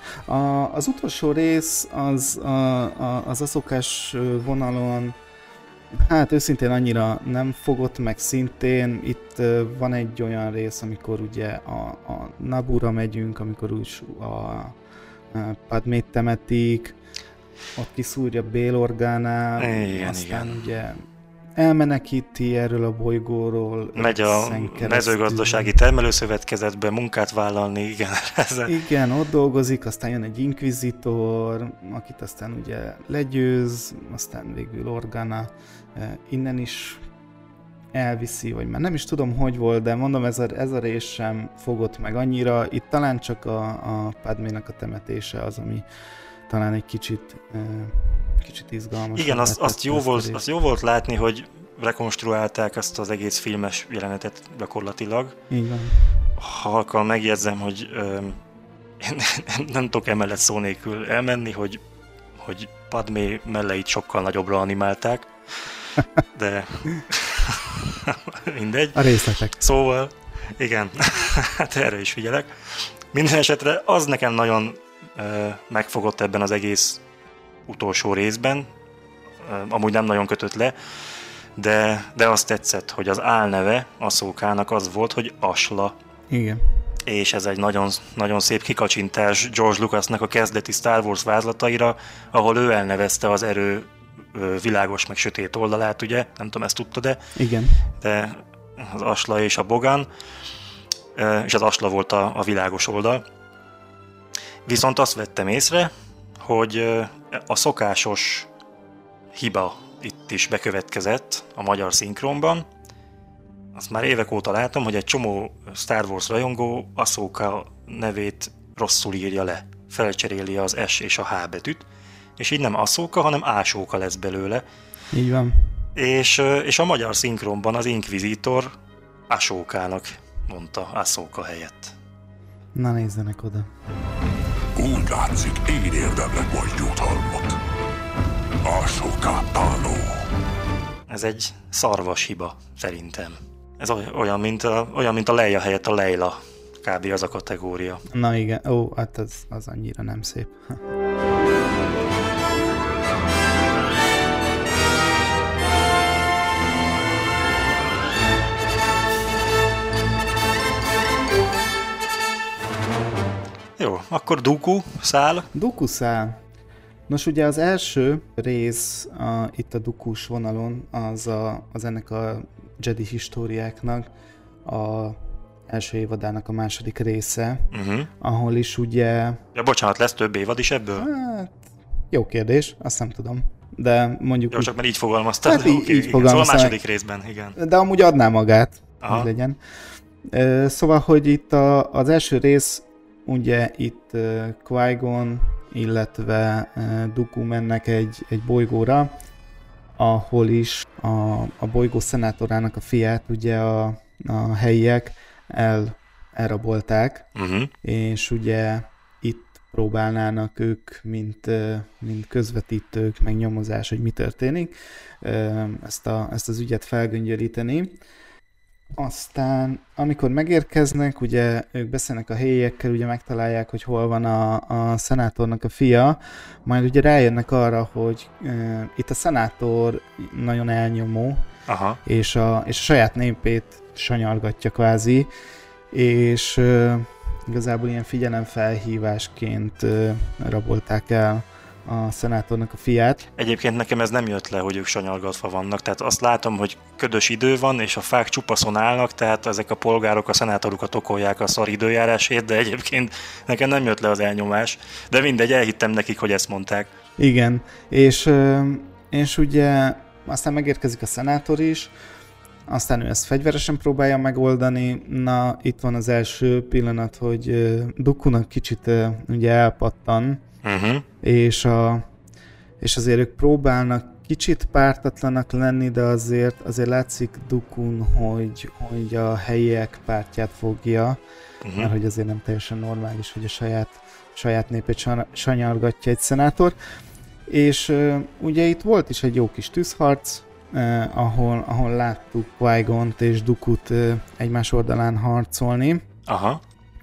A, az utolsó rész az a, a, az Ahsokás vonalon, hát őszintén annyira nem fogott meg szintén. Itt uh, van egy olyan rész, amikor ugye a, a Naboo-ra megyünk, amikor úgy a, a Padmét temetik, ott kiszúrja Bail Organa, igen, aztán igen. ugye elmenekíti erről a bolygóról. Megy a mezőgazdasági termelőszövetkezetbe munkát vállalni, igen. Igen, ott dolgozik, aztán jön egy inkvizitor, akit aztán ugye legyőz, aztán végül Organa innen is elviszi, vagy már nem is tudom, hogy volt, de mondom, ez a, ez a rész sem fogott meg annyira. Itt talán csak a, a Padménak a temetése az, ami talán egy kicsit, kicsit izgalmas. Igen, azt, azt, jó volt, azt jó volt látni, hogy rekonstruálták azt az egész filmes jelenetet gyakorlatilag. Így van. Halkan megjegyzem, hogy ö, nem, nem tudok emellett szó nélkül elmenni, hogy, hogy Padmé melleit sokkal nagyobbra animálták, de mindegy. A részletek. Szóval, igen, hát erre is figyelek. Minden esetre az nekem nagyon ö, megfogott ebben az egész utolsó részben, ö, amúgy nem nagyon kötött le, de, de azt tetszett, hogy az álneve Ahsokának az volt, hogy Asla. Igen. És ez egy nagyon, nagyon szép kikacsintás George Lucasnak a kezdeti Star Wars vázlataira, ahol ő elnevezte az erő világos meg sötét oldalát, ugye? Nem tudom, ezt tudtad-e? Igen. De az Asla és a Bogan, és az Asla volt a, a világos oldal. Viszont azt vettem észre, hogy a szokásos hiba itt is bekövetkezett a magyar szinkronban. Azt már évek óta látom, hogy egy csomó Star Wars rajongó Ahsoka nevét rosszul írja le. Felcseréli az S és a H betűt, és így nem Ahsoka, hanem Ásóka lesz belőle. Így van. És, és a magyar szinkronban az Inkvizitor Ahsokának mondta Ahsoka helyett. Na nézzenek oda. Úgy látszik, én érdemlek majd jutalmat. Ahsoka Tano. Ez egy szarvas hiba, szerintem. Ez olyan, mint a, olyan, mint a Leia helyett a Leila. Kb. Az a kategória. Na igen, ó, hát az, az annyira nem szép. Jó, akkor Dooku szál. Dooku szál. Nos, ugye az első rész a, itt a Dookus vonalon az, a, az ennek a Jedi históriáknak a első évadának a második része, uh-huh. ahol is ugye... Ja, bocsánat, lesz több évad is ebből? Hát, jó kérdés, azt nem tudom. De mondjuk... Jó, csak mert így fogalmaztad. Hát így, okay, így fogalmaztam. Szóval a második részben, igen. De amúgy adná magát, aha. hogy legyen. Szóval, hogy itt a, az első rész, ugye itt Qui-Gon, illetve Dooku mennek egy, egy bolygóra, ahol is a, a bolygó szenátorának a fiát ugye a, a helyiek el, elrabolták, uh-huh. és ugye itt próbálnának ők, mint, mint közvetítők, meg nyomozás, hogy mi történik, ezt, a, ezt az ügyet felgöngyölíteni. Aztán, amikor megérkeznek, ugye ők beszélnek a helyiekkel, ugye megtalálják, hogy hol van a, a szenátornak a fia, majd ugye rájönnek arra, hogy e, itt a szenátor nagyon elnyomó, aha. És, a, és a saját népét sanyargatja kvázi, és e, igazából ilyen figyelemfelhívásként e, rabolták el a szenátornak a fiát. Egyébként nekem ez nem jött le, hogy ők sanyargatva vannak, tehát azt látom, hogy ködös idő van, és a fák csupaszon állnak, tehát ezek a polgárok a szenátorukat okolják a szar időjárásért, de egyébként nekem nem jött le az elnyomás, de mindegy, elhittem nekik, hogy ezt mondták. Igen, és, és ugye aztán megérkezik a szenátor is, aztán ő ezt fegyveresen próbálja megoldani. Na, itt van az első pillanat, hogy Dookunak kicsit ugye elpattan, uh-huh. és, a, és azért ők próbálnak kicsit pártatlanak lenni, de azért, azért látszik Dookun, hogy, hogy a helyiek pártját fogja, uh-huh. mert hogy azért nem teljesen normális, hogy a saját, saját népét sanyargatja egy szenátor. És uh, ugye itt volt is egy jó kis tűzharc, uh, ahol, ahol láttuk Qui-Gont és Dookut uh, egymás oldalán harcolni. Aha.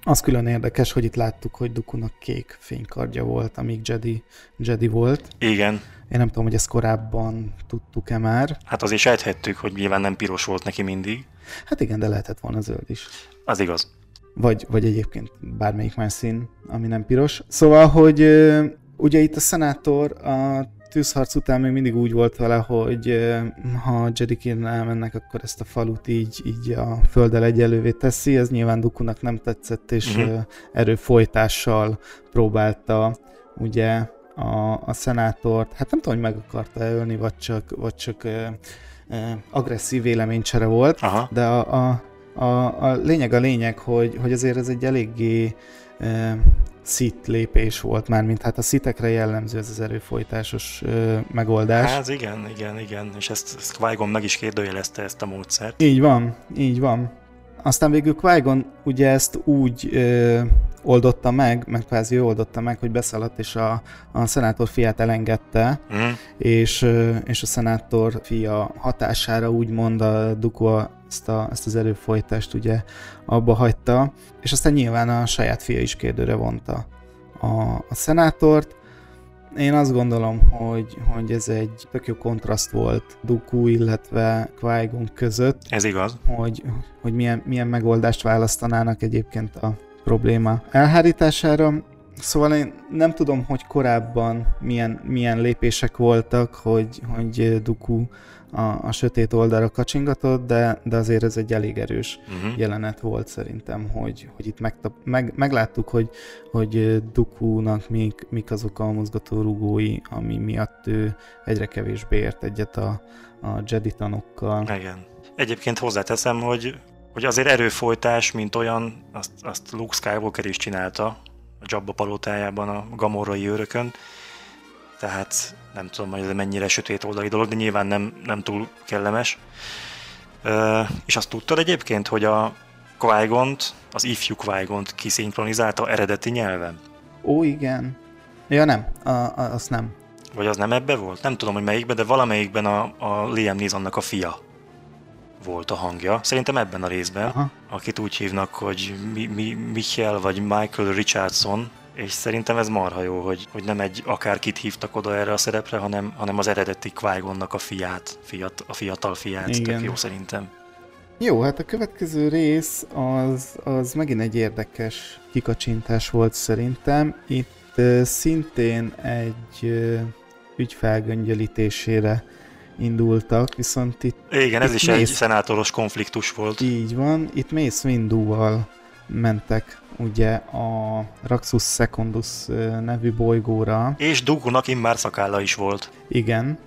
Az külön érdekes, hogy itt láttuk, hogy Dookunak kék fénykardja volt, amíg Jedi, Jedi volt. Igen. Én nem tudom, hogy ezt korábban tudtuk-e már. Hát azért sejthettük, hogy nyilván nem piros volt neki mindig. Hát igen, de lehetett volna zöld is. Az igaz. Vagy, vagy egyébként bármelyik más szín, ami nem piros. Szóval, hogy ugye itt a szenátor a tűzharc után még mindig úgy volt vele, hogy ha Jediként elmennek, akkor ezt a falut így, így a földdel egyelővé teszi. Ez nyilván Dookunak nem tetszett, és uh-huh. erőfolytással próbálta ugye a, a szenátort, hát nem tudom, hogy meg akarta ölni, vagy csak, vagy csak uh, uh, agresszív véleménycsere volt, Aha. de a, a, a, a lényeg a lényeg, hogy, hogy azért ez egy eléggé uh, Sith lépés volt már, mint hát a Sithekre jellemző ez az erőfolytásos ö, megoldás. Hát igen, igen, igen, és ezt, ezt Qui-Gon meg is kérdőjelezte ezt a módszert. Így van, így van. Aztán végül Qui-Gon ugye ezt úgy ö, oldotta meg, meg kvázi ő oldotta meg, hogy beszaladt, és a, a szenátor fiát elengedte, mm. és, ö, és a szenátor fia hatására úgymond a Dooku ezt, a, ezt az erőfolytást ugye abba hagyta, és aztán nyilván a saját fia is kérdőre vonta a, a szenátort. Én azt gondolom, hogy, hogy ez egy tök jó kontraszt volt Dooku, illetve Qui-Gon között. Ez igaz. Hogy, hogy milyen, milyen megoldást választanának egyébként a probléma elhárítására. Szóval én nem tudom, hogy korábban milyen, milyen lépések voltak, hogy, hogy Dooku a, a sötét oldalra kacsingatott, de, de azért ez egy elég erős uh-huh. jelenet volt szerintem, hogy, hogy itt megtap, meg, megláttuk, hogy, hogy Dookunak mik, mik azok a mozgatórugói, ami miatt ő egyre kevésbé ért egyet a, a Jedi tanokkal. Igen. Egyébként hozzáteszem, hogy, hogy azért erőfolytás, mint olyan, azt, azt Luke Skywalker is csinálta a Jabba palotájában a gamorrai őrökön, tehát nem tudom, hogy ez mennyire sötét oldali dolog, de nyilván nem, nem túl kellemes. Ö, és azt tudtad egyébként, hogy a Qui-Gont, az ifjú Qui-Gont kiszinkronizálta eredeti nyelven? Ó, igen. Ja, nem. A, a, azt nem. Vagy az nem ebbe volt? Nem tudom, hogy melyikben, de valamelyikben a, a Liam Neesonnak a fia volt a hangja. Szerintem ebben a részben, Aha. akit úgy hívnak, hogy mi, mi, Michael vagy Michael Richardson, és szerintem ez marha jó, hogy, hogy nem egy akárkit hívtak oda erre a szerepre, hanem, hanem az eredeti Qui-Gonnak a fiát, fiat, a fiatal fiát. Igen. Tök jó szerintem. Jó, hát a következő rész az, az megint egy érdekes kikacsintás volt szerintem. Itt uh, szintén egy uh, ügy felgöngyölítésére indultak, viszont itt... Igen, ez itt is Mace... egy szenátoros konfliktus volt. Így van, itt Mace Windu-val mentek ugye a Raxus Secundus nevű bolygóra. És Dookunak immár szakálla is volt. Igen.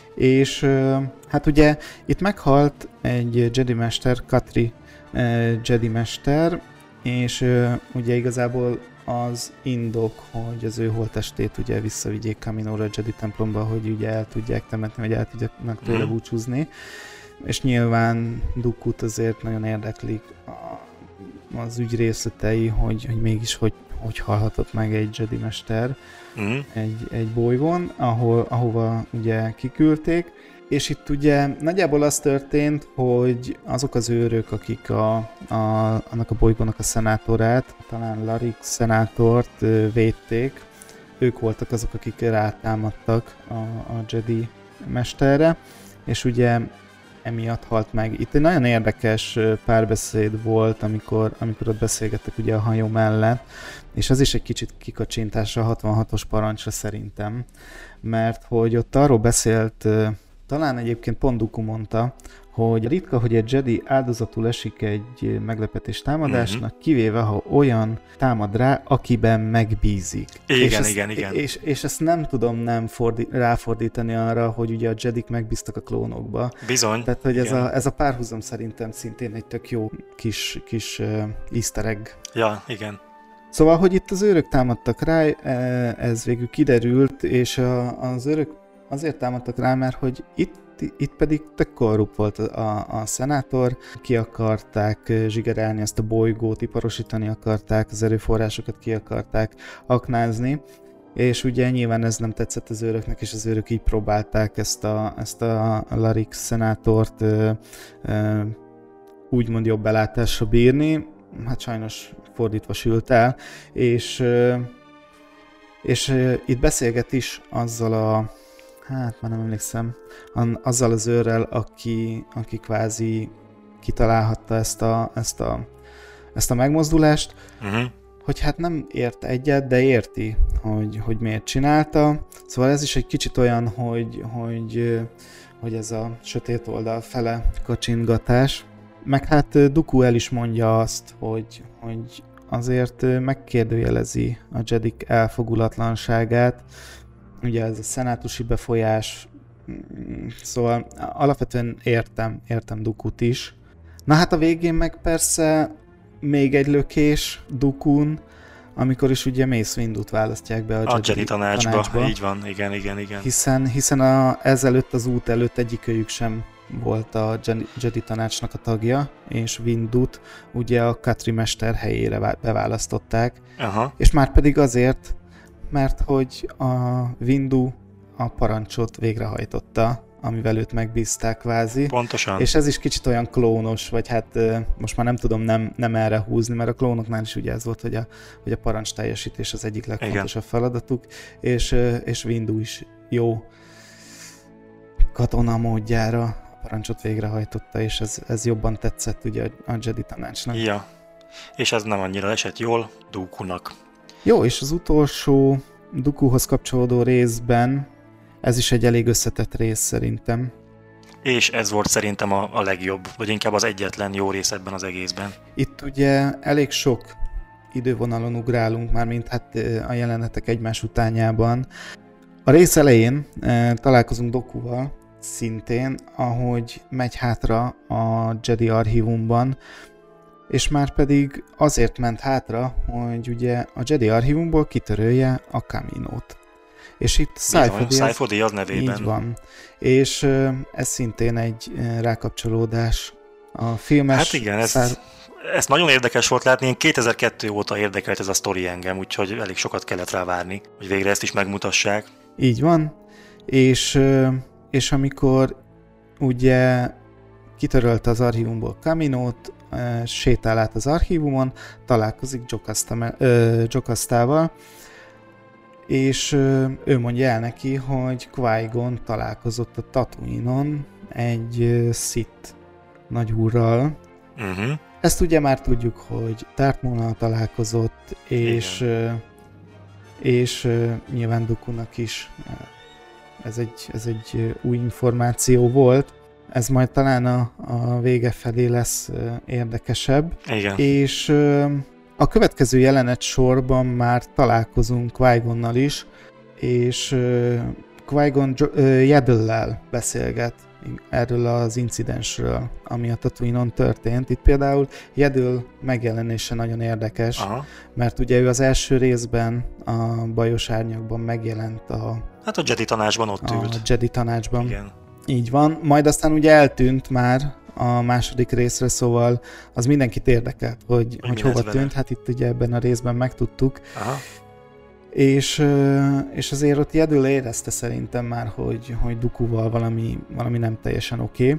És hát ugye itt meghalt egy Jedi Mester, Katri Jedi Mester, és ugye igazából az indok, hogy az ő holttestét ugye visszavigyék Kaminora a Jedi templomba, hogy ugye el tudják temetni, vagy el tudják tőle hmm. búcsúzni. És nyilván Dookut azért nagyon érdeklik az ügy részletei, hogy, hogy mégis hogy, hogy halhatott meg egy Jedi Mester mm. egy, egy bolygón, ahol, ahova ugye kiküldték, és itt ugye nagyjából az történt, hogy azok az őrök, akik a, a, annak a bolygónak a szenátorát, talán Larik szenátort védték, ők voltak azok, akik rátámadtak a, a Jedi Mesterre, és ugye emiatt halt meg. Itt egy nagyon érdekes párbeszéd volt, amikor, amikor ott beszélgettek ugye a hajó mellett, és az is egy kicsit kikacsintás a hatvanhatos parancsra szerintem, mert hogy ott arról beszélt, talán egyébként pont Dooku mondta, hogy ritka, hogy egy Jedi áldozatul esik egy meglepetés támadásnak, uh-huh. kivéve, ha olyan támad rá, akiben megbízik. Igen, és ezt, igen, igen. És, és ezt nem tudom nem fordi- ráfordítani arra, hogy ugye a Jedik megbíztak a klónokba. Bizony. Tehát, hogy ez a, ez a párhuzam szerintem szintén egy tök jó kis, kis uh, easter egg. Ja, igen. Szóval, hogy itt az őrök támadtak rá, ez végül kiderült, és a, az őrök azért támadtak rá, mert hogy itt Itt pedig tök korrupt volt a, a szenátor, ki akarták zsigerelni ezt a bolygót, iparosítani akarták, az erőforrásokat ki akarták aknázni, és ugye nyilván ez nem tetszett az őröknek, és az őrök így próbálták ezt a, ezt a Larik szenátort ö, ö, úgymond jobb belátásra bírni, hát sajnos fordítva sült el, és, és itt beszélget is azzal a, hát már nem emlékszem, azzal az őrrel, aki, aki kvázi kitalálhatta ezt a, ezt a, ezt a megmozdulást, uh-huh. hogy hát nem ért egyet, de érti, hogy, hogy miért csinálta. Szóval ez is egy kicsit olyan, hogy, hogy, hogy ez a sötét oldal fele kacsingatás. Meg hát Dooku el is mondja azt, hogy, hogy azért megkérdőjelezi a Jedik elfogulatlanságát. Ugye ez a szenátusi befolyás, szóval alapvetően értem, értem Dookut is. Na hát a végén meg persze még egy lökés Dookun, amikor is ugye Mace Windut választják be a, a Jedi, Jedi tanácsba. tanácsba. Így van, igen, igen, igen. Hiszen, hiszen a, ezelőtt az út előtt egyikőjük sem volt a Jedi tanácsnak a tagja, és Windut ugye a Katri mester helyére beválasztották. Aha. És már pedig azért, mert hogy a Windu a parancsot végrehajtotta, amivel őt megbízták kvázi. Pontosan. És ez is kicsit olyan klónos, vagy hát most már nem tudom nem, nem erre húzni, mert a klónoknál is ugye ez volt, hogy a, hogy a parancs teljesítés az egyik legfontosabb Igen. feladatuk, és, és Windu is jó katona módjára a parancsot végrehajtotta, és ez, ez jobban tetszett ugye a Jedi tanácsnak. Ja, és ez nem annyira esett jól Dookunak. Jó, és az utolsó Dookuhoz kapcsolódó részben ez is egy elég összetett rész szerintem. És ez volt szerintem a, a legjobb, vagy inkább az egyetlen jó rész ebben az egészben. Itt ugye elég sok idővonalon ugrálunk már, mint hát a jelenetek egymás utánjában. A rész elején e, találkozunk Dookuval szintén, ahogy megy hátra a Jedi archívumban, és már pedig azért ment hátra, hogy ugye a Jedi archívumból kitörölje a Kaminót. És itt Szájfodi az nevében. Így van. És uh, ez szintén egy uh, rákapcsolódás a filmes... Hát igen, ez, szár... ez nagyon érdekes volt látni. Én kétezer-kettő óta érdekelt ez a sztori engem, úgyhogy elég sokat kellett rá várni, hogy végre ezt is megmutassák. Így van. És, uh, és amikor ugye kitörölte az archívumból Kaminót, uh, sétál át az archívumon, találkozik Jocastával, és ő mondja el neki, hogy Qui-Gon találkozott a Tatooine-on egy Sith nagyúrral. Uh-huh. Ezt ugye már tudjuk, hogy Darth Maul-nal találkozott, és, és nyilván Dookunak is ez egy, ez egy új információ volt. Ez majd talán a, a vége felé lesz érdekesebb. Igen. És a következő jelenet sorban már találkozunk Qui-Gonnal is, és uh, Qui-Gon uh, Yaddle-lel beszélget erről az incidensről, ami a Tatooine-on történt. Itt például Yaddle megjelenése nagyon érdekes, Aha. mert ugye ő az első részben a Bajos Árnyakban megjelent a... Hát a Jedi tanácsban ott a ült. A Jedi tanácsban. Igen. Így van. Majd aztán ugye eltűnt már a második részre, szóval az mindenkit érdekelt, hogy, hogy hova tűnt. Vele? Hát itt ugye ebben a részben megtudtuk. Aha. És, és azért ott Yaddle érezte szerintem már, hogy, hogy Dookuval valami, valami nem teljesen oké.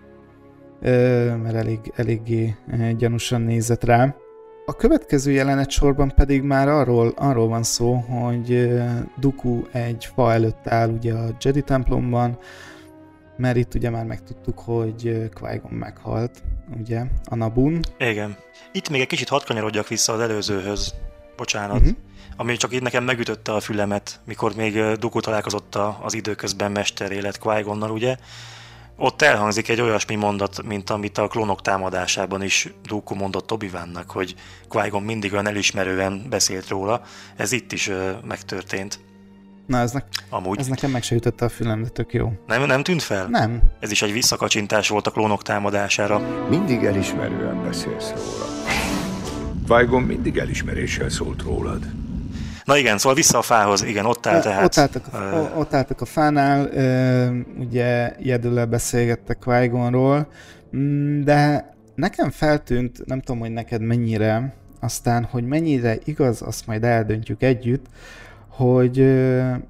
Okay. Mert elég, eléggé gyanúsan nézett rá. A következő jelenet sorban pedig már arról, arról van szó, hogy Dooku egy fa előtt áll ugye a Jedi templomban, mert itt ugye már megtudtuk, hogy Qui-Gon meghalt, ugye, a Nabun. Igen. Itt még egy kicsit hadd kanyarodjak vissza az előzőhöz, bocsánat, uh-huh. ami csak így nekem megütötte a fülemet, mikor még Dooku találkozott az időközben mesterélet Qui-Gonnal, ugye. Ott elhangzik egy olyasmi mondat, mint amit a klónok támadásában is Dooku mondott Obi-Wannak, hogy Qui-Gon mindig olyan elismerően beszélt róla. Ez itt is uh, megtörtént. Na, ez, ne- Amúgy. ez nekem meg se ütötte a fülem, de tök jó. Nem, nem tűnt fel? Nem. Ez is egy visszakacsintás volt a klónok támadására. Mindig elismerően beszélsz róla. Qui-Gon mindig elismeréssel szólt rólad. Na igen, szóval vissza a fához, igen, ott áll tehát. Ott álltak a, uh, ott álltak a fánál, uh, ugye Yaddle-lel beszélgettek Qui-Gonról, de nekem feltűnt, nem tudom, hogy neked mennyire, aztán, hogy mennyire igaz, azt majd eldöntjük együtt, hogy uh,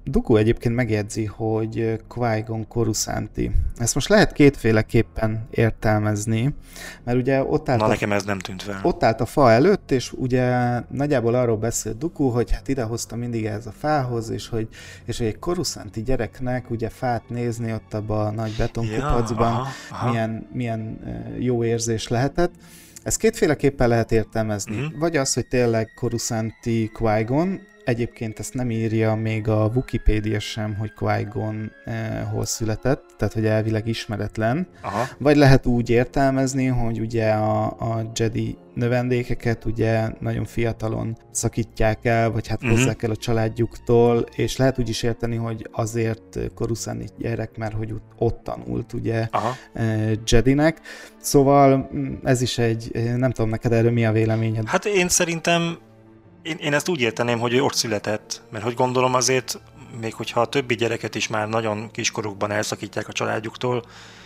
Dooku egyébként megjegyzi, hogy Qui-Gon Coruscanti. Ezt most lehet kétféleképpen értelmezni, mert ugye ott állt, Na, a, nekem ez nem tűnt fel. ott állt a fa előtt, és ugye nagyjából arról beszél Dooku, hogy hát idehozta mindig ez a fához, és hogy, és hogy egy Coruscanti gyereknek ugye fát nézni ott abban a nagy betonkupacban, ja, aha, aha. milyen, milyen jó érzés lehetett. Ezt kétféleképpen lehet értelmezni. Mm-hmm. Vagy az, hogy tényleg Coruscanti Qui-Gon, egyébként ezt nem írja még a Wikipédia sem, hogy Qui-Gon eh, hol született, tehát hogy elvileg ismeretlen. Aha. Vagy lehet úgy értelmezni, hogy ugye a, a Jedi növendékeket ugye nagyon fiatalon szakítják el, vagy hát mm-hmm. hozzák el a családjuktól, és lehet úgy is érteni, hogy azért Coruscanti gyerek, mert hogy ott tanult ugye eh, Jedinek. Szóval ez is egy, nem tudom neked erről mi a véleményed? Hát én szerintem Én, én ezt úgy érteném, hogy ő ott született, mert hogy gondolom azért, még hogyha a többi gyereket is már nagyon kiskorukban elszakítják a családjuktól,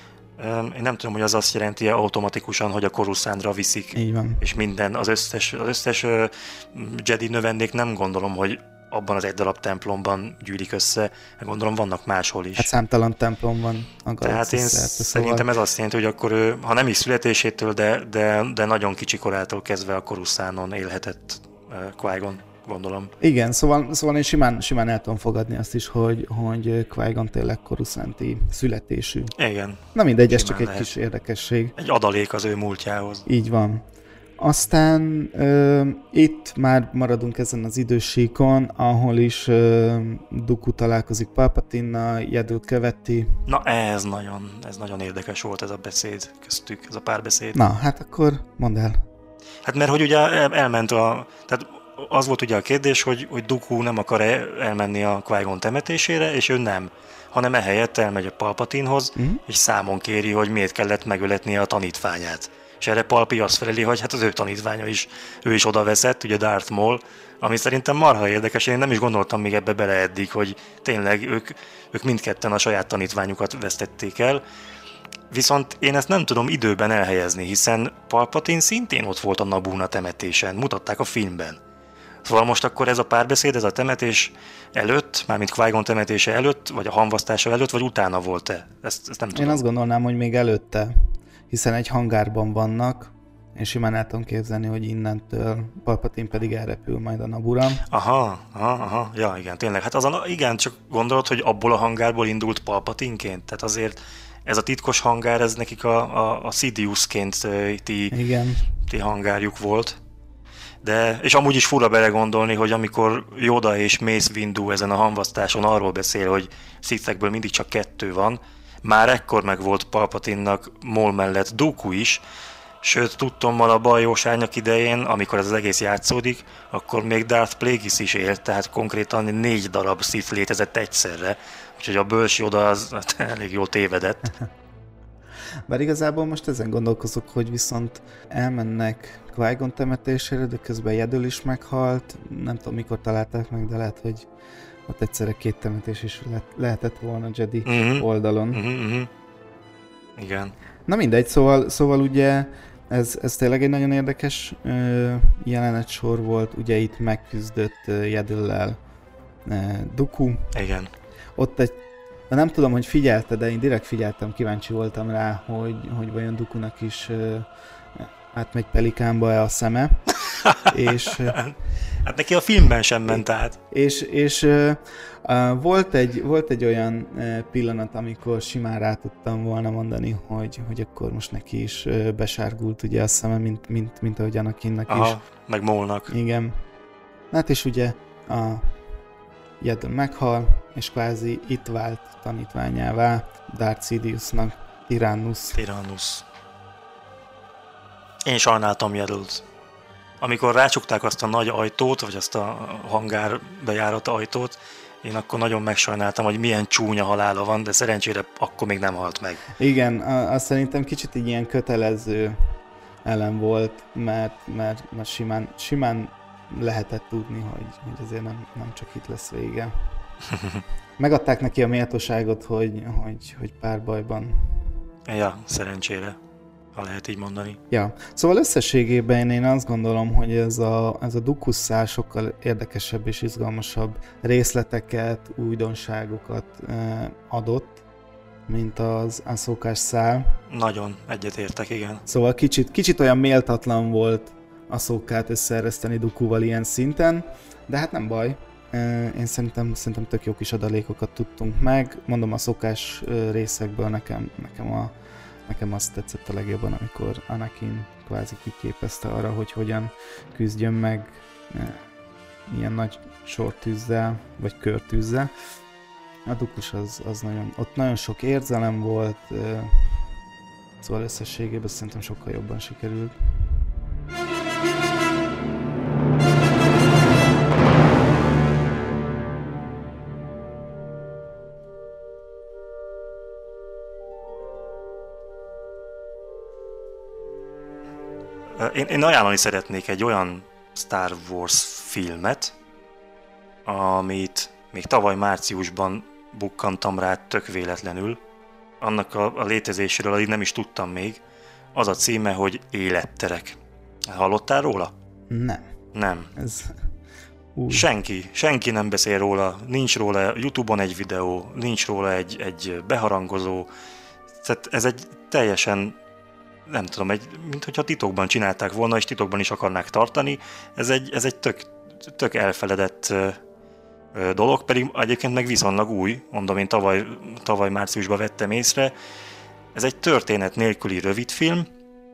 én nem tudom, hogy az azt jelenti automatikusan, hogy a Coruscantra viszik. Így van. És minden, az összes, az összes Jedi növendék nem gondolom, hogy abban az egy darab templomban gyűlik össze, gondolom vannak máshol is. Hát számtalan templom van a Tehát én szerte, szerintem szóval... ez azt jelenti, hogy akkor ő, ha nem is születésétől, de, de, de nagyon kicsi korától kezdve a Coruscanton élhetett Qui-Gon, gondolom. Igen, szóval, szóval én simán, simán el tudom fogadni azt is, hogy, hogy Qui-Gon tényleg Coruscanti születésű. Igen. Na mindegy, ez csak egy lehet. kis érdekesség. Egy adalék az ő múltjához. Így van. Aztán ö, itt már maradunk ezen az idősíkon, ahol is ö, Dooku találkozik Palpatinnal, Jedül követi. Na ez nagyon, ez nagyon érdekes volt ez a beszéd köztük, ez a párbeszéd. Na, hát akkor mondd el. Hát mert hogy ugye el, elment a... Tehát az volt ugye a kérdés, hogy, hogy Dooku nem akar elmenni a Qui-Gon temetésére, és ő nem, hanem ehelyett elmegy a Palpatinhoz, mm. és számon kéri, hogy miért kellett megöletnie a tanítványát. És erre Palpi azt feleli, hogy hát az ő tanítványa is, ő is oda veszett, ugye Darth Maul, ami szerintem marha érdekes, én nem is gondoltam még ebbe bele eddig, hogy tényleg ők, ők mindketten a saját tanítványukat vesztették el. Viszont én ezt nem tudom időben elhelyezni, hiszen Palpatine szintén ott volt a Naboo-na temetésen, mutatták a filmben. Szóval most akkor ez a párbeszéd, ez a temetés előtt, mármint Qui-Gon temetése előtt, vagy a hamvasztása előtt, vagy utána volt-e? Ezt, ezt nem tudom. Én azt gondolnám, hogy még előtte, hiszen egy hangárban vannak, és simán el tudom képzelni, hogy innentől Palpatine pedig elrepül majd a Naboo-ra. Aha, aha, aha, ja igen, tényleg. Hát azon, igen, csak gondolod, hogy abból a hangárból indult Palpatineként? Tehát azért ez a titkos hangár, ez nekik a, a, a Sidiousként ti, igen. ti hangárjuk volt. De, és amúgy is fura belegondolni, hogy amikor Yoda és Mace Windu ezen a hamvasztáson arról beszél, hogy Sithekből mindig csak kettő van, már ekkor meg volt Palpatinnak Maul mellett Dooku is, sőt tudtommal a bajós árnyak idején, amikor ez az egész játszódik, akkor még Darth Plagueis is élt, tehát konkrétan négy darab Sith létezett egyszerre, úgyhogy a bölcs Yoda az hát, elég jól tévedett. Bár igazából most ezen gondolkozok, hogy viszont elmennek Qui-Gon temetésére, de közben Jedül is meghalt. Nem tudom, mikor találták meg, de lehet, hogy ott egyszerre két temetés is le- lehetett volna Jedi uh-huh. oldalon. Uh-huh, uh-huh. Igen. Na mindegy, szóval, szóval ugye ez, ez tényleg egy nagyon érdekes ö, jelenetsor volt. Ugye itt megküzdött ö, Jedüllel ö, Dooku. Igen. Ott egy de nem tudom, hogy figyelte, de én direkt figyeltem, kíváncsi voltam rá, hogy, hogy vajon Dookunak is uh, átmegy Pelikánba-e a szeme. és, uh, hát neki a filmben sem ment át. És, és uh, uh, volt, egy, volt egy olyan uh, pillanat, amikor simán rá tudtam volna mondani, hogy, hogy akkor most neki is uh, besárgult ugye a szeme, mint, mint, mint ahogy Anakinnak is. Aha, meg Maulnak. Igen. Hát és ugye a Jedül meghal, és kvázi itt vált tanítványává Darth Sidiousnak, Tyrannus. Tyrannus. Én sajnáltam Jedült. Amikor rácsukták azt a nagy ajtót, vagy azt a hangár bejárat ajtót, én akkor nagyon megsajnáltam, hogy milyen csúnya halála van, de szerencsére akkor még nem halt meg. Igen, azt szerintem kicsit egy ilyen kötelező elem volt, mert, mert, mert simán, simán lehetett tudni, hogy, hogy azért nem, nem csak itt lesz vége. Megadták neki a méltóságot, hogy, hogy, hogy pár bajban. Ja, szerencsére. ha lehet így mondani. Ja, szóval összességében én azt gondolom, hogy ez a, ez a Dooku-szál sokkal érdekesebb és izgalmasabb részleteket, újdonságokat eh, adott, mint az Ahsokás szál. Nagyon egyetértek, igen. Szóval kicsit, kicsit olyan méltatlan volt Ahsokát összeereszteni Dookuval ilyen szinten, de hát nem baj. Én szerintem, szerintem tök jó kis adalékokat tudtunk meg. Mondom, a szokás részekből nekem, nekem, a, nekem azt tetszett a legjobban, amikor Anakin kvázi kiképezte arra, hogy hogyan küzdjön meg ilyen nagy sortűzzel, vagy körtűzzel. A Dooku az, az nagyon, ott nagyon sok érzelem volt, szóval összességében szerintem sokkal jobban sikerült. Én, én ajánlani szeretnék egy olyan Star Wars filmet, amit még tavaly márciusban bukkantam rá tök véletlenül. Annak a, a létezéséről addig nem is tudtam még. Az a címe, hogy Életterek. Hallottál róla? Nem. Nem. Ez... Senki, senki nem beszél róla, nincs róla YouTube-on egy videó, nincs róla egy, egy beharangozó. Tehát ez egy teljesen, nem tudom, egy, mintha titokban csinálták volna, és titokban is akarnák tartani. Ez egy, ez egy tök, tök elfeledett ö, ö, dolog, pedig egyébként meg viszonylag új, mondom, én tavaly, tavaly márciusban vettem észre. Ez egy történet nélküli rövidfilm,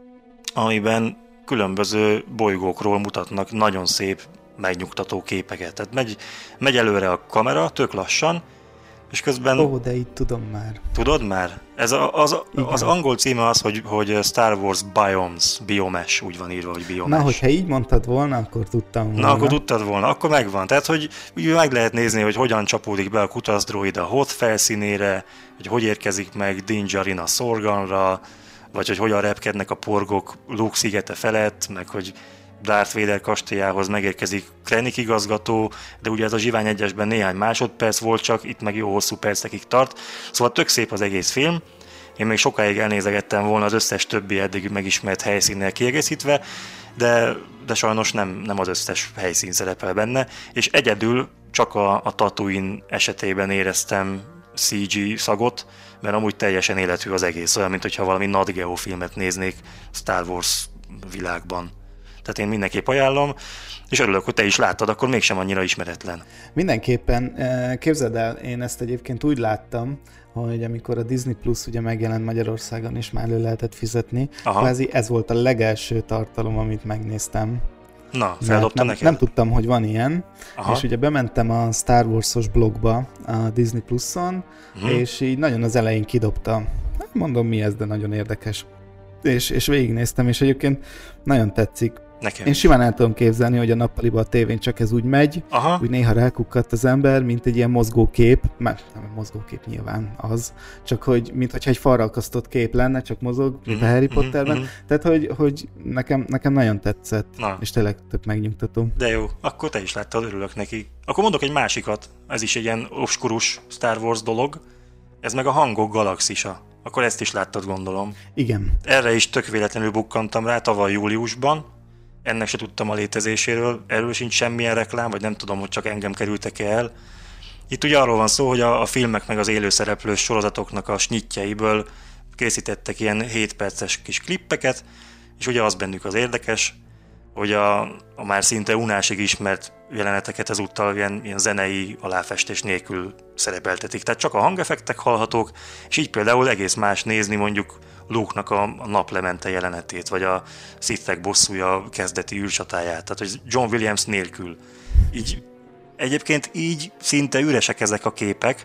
amiben különböző bolygókról mutatnak nagyon szép, megnyugtató képeket. Tehát megy, megy előre a kamera, tök lassan, és közben... Ó, de így tudom már. Tudod már? Ez a, az, az angol címe az, hogy, hogy Star Wars Biomes, Biomes, úgy van írva, hogy Biomes. Na, hogyha így mondtad volna, akkor tudtam volna. Na, akkor tudtad volna, akkor megvan. Tehát, hogy meg lehet nézni, hogy hogyan csapódik be a kutaszdroid a Hoth felszínére, hogy hogy érkezik meg Din Djarin a Szorganra, vagy hogy hogyan repkednek a porgók Luke szigete felett, meg hogy Darth Vader kastélyához megérkezik Krennic igazgató, de ugye ez a Zsivány egyesben néhány másodperc volt csak, itt meg jó hosszú percekig tart. Szóval tök szép az egész film. Én még sokáig elnézegettem volna az összes többi eddig megismert helyszínnel kiegészítve, de, de sajnos nem, nem az összes helyszín szerepel benne, és egyedül csak a, a Tatooine esetében éreztem cé gé szagot, mert amúgy teljesen élethű az egész, olyan, mint hogyha valami Nat Geo filmet néznék Star Wars világban. Tehát én mindenképp ajánlom, és örülök, hogy te is láttad, akkor mégsem annyira ismeretlen. Mindenképpen. Képzeld el, én ezt egyébként úgy láttam, hogy amikor a Disney Plus ugye megjelent Magyarországon is már elő lehetett fizetni, kvázi ez volt a legelső tartalom, amit megnéztem. Na, feldobta nem, neked? Nem tudtam, hogy van ilyen, Aha. és ugye bementem a Star Wars-os blogba a Disney Plus-on, uh-huh. és így nagyon az elején kidobta. Nem mondom mi ez, de nagyon érdekes. És, és végignéztem, és egyébként nagyon tetszik. Nekem Én is. simán el tudom képzelni, hogy a nappaliban a tévén csak ez úgy megy, Aha. úgy néha rákukkadt az ember, mint egy ilyen mozgókép, mert nem mozgókép nyilván az, csak hogy mintha egy falra akasztott kép lenne, csak mozog, mint mm-hmm, a Harry Potterben, mm-hmm. tehát hogy, hogy nekem, nekem nagyon tetszett, Na. és tényleg tök megnyugtató. De jó, akkor te is láttad, örülök neki. Akkor mondok egy másikat, ez is egy ilyen obskurus Star Wars dolog, ez meg a Hangok galaxisa. Akkor ezt is láttad, gondolom. Igen. Erre is tök véletlenül bukkantam rá tavaly júliusban, ennek se tudtam a létezéséről, erről sincs semmilyen reklám, vagy nem tudom, hogy csak engem kerültek el. Itt ugye arról van szó, hogy a, a filmek meg az élőszereplős sorozatoknak a snitjeiből készítettek ilyen hét perces kis klippeket, és ugye az bennük az érdekes, hogy a, a már szinte unásig ismert jeleneteket ezúttal ilyen, ilyen zenei aláfestés nélkül szerepeltetik. Tehát csak a hangeffektek hallhatók, és így például egész más nézni mondjuk Luke-nak a, a naplemente jelenetét, vagy a Sith-ek bosszúja kezdeti űrcsatáját, tehát hogy John Williams nélkül. Így, egyébként így szinte üresek ezek a képek,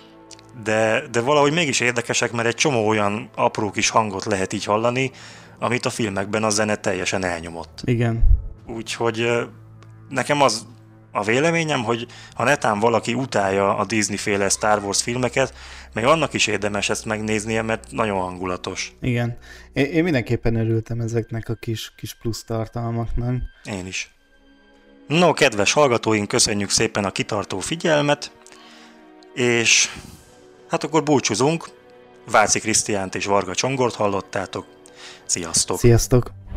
de, de valahogy mégis érdekesek, mert egy csomó olyan apró kis hangot lehet így hallani, amit a filmekben a zene teljesen elnyomott. Igen. Úgyhogy nekem az a véleményem, hogy ha netán valaki utálja a Disney-féle Star Wars filmeket, még annak is érdemes ezt megnéznie, mert nagyon hangulatos. Igen. Én, én mindenképpen örültem ezeknek a kis, kis plusz tartalmaknak. Én is. No, kedves hallgatóink, köszönjük szépen a kitartó figyelmet, és hát akkor búcsúzunk. Váci Krisztiánt és Varga Csongort hallottátok. Sziasztok! Sziasztok!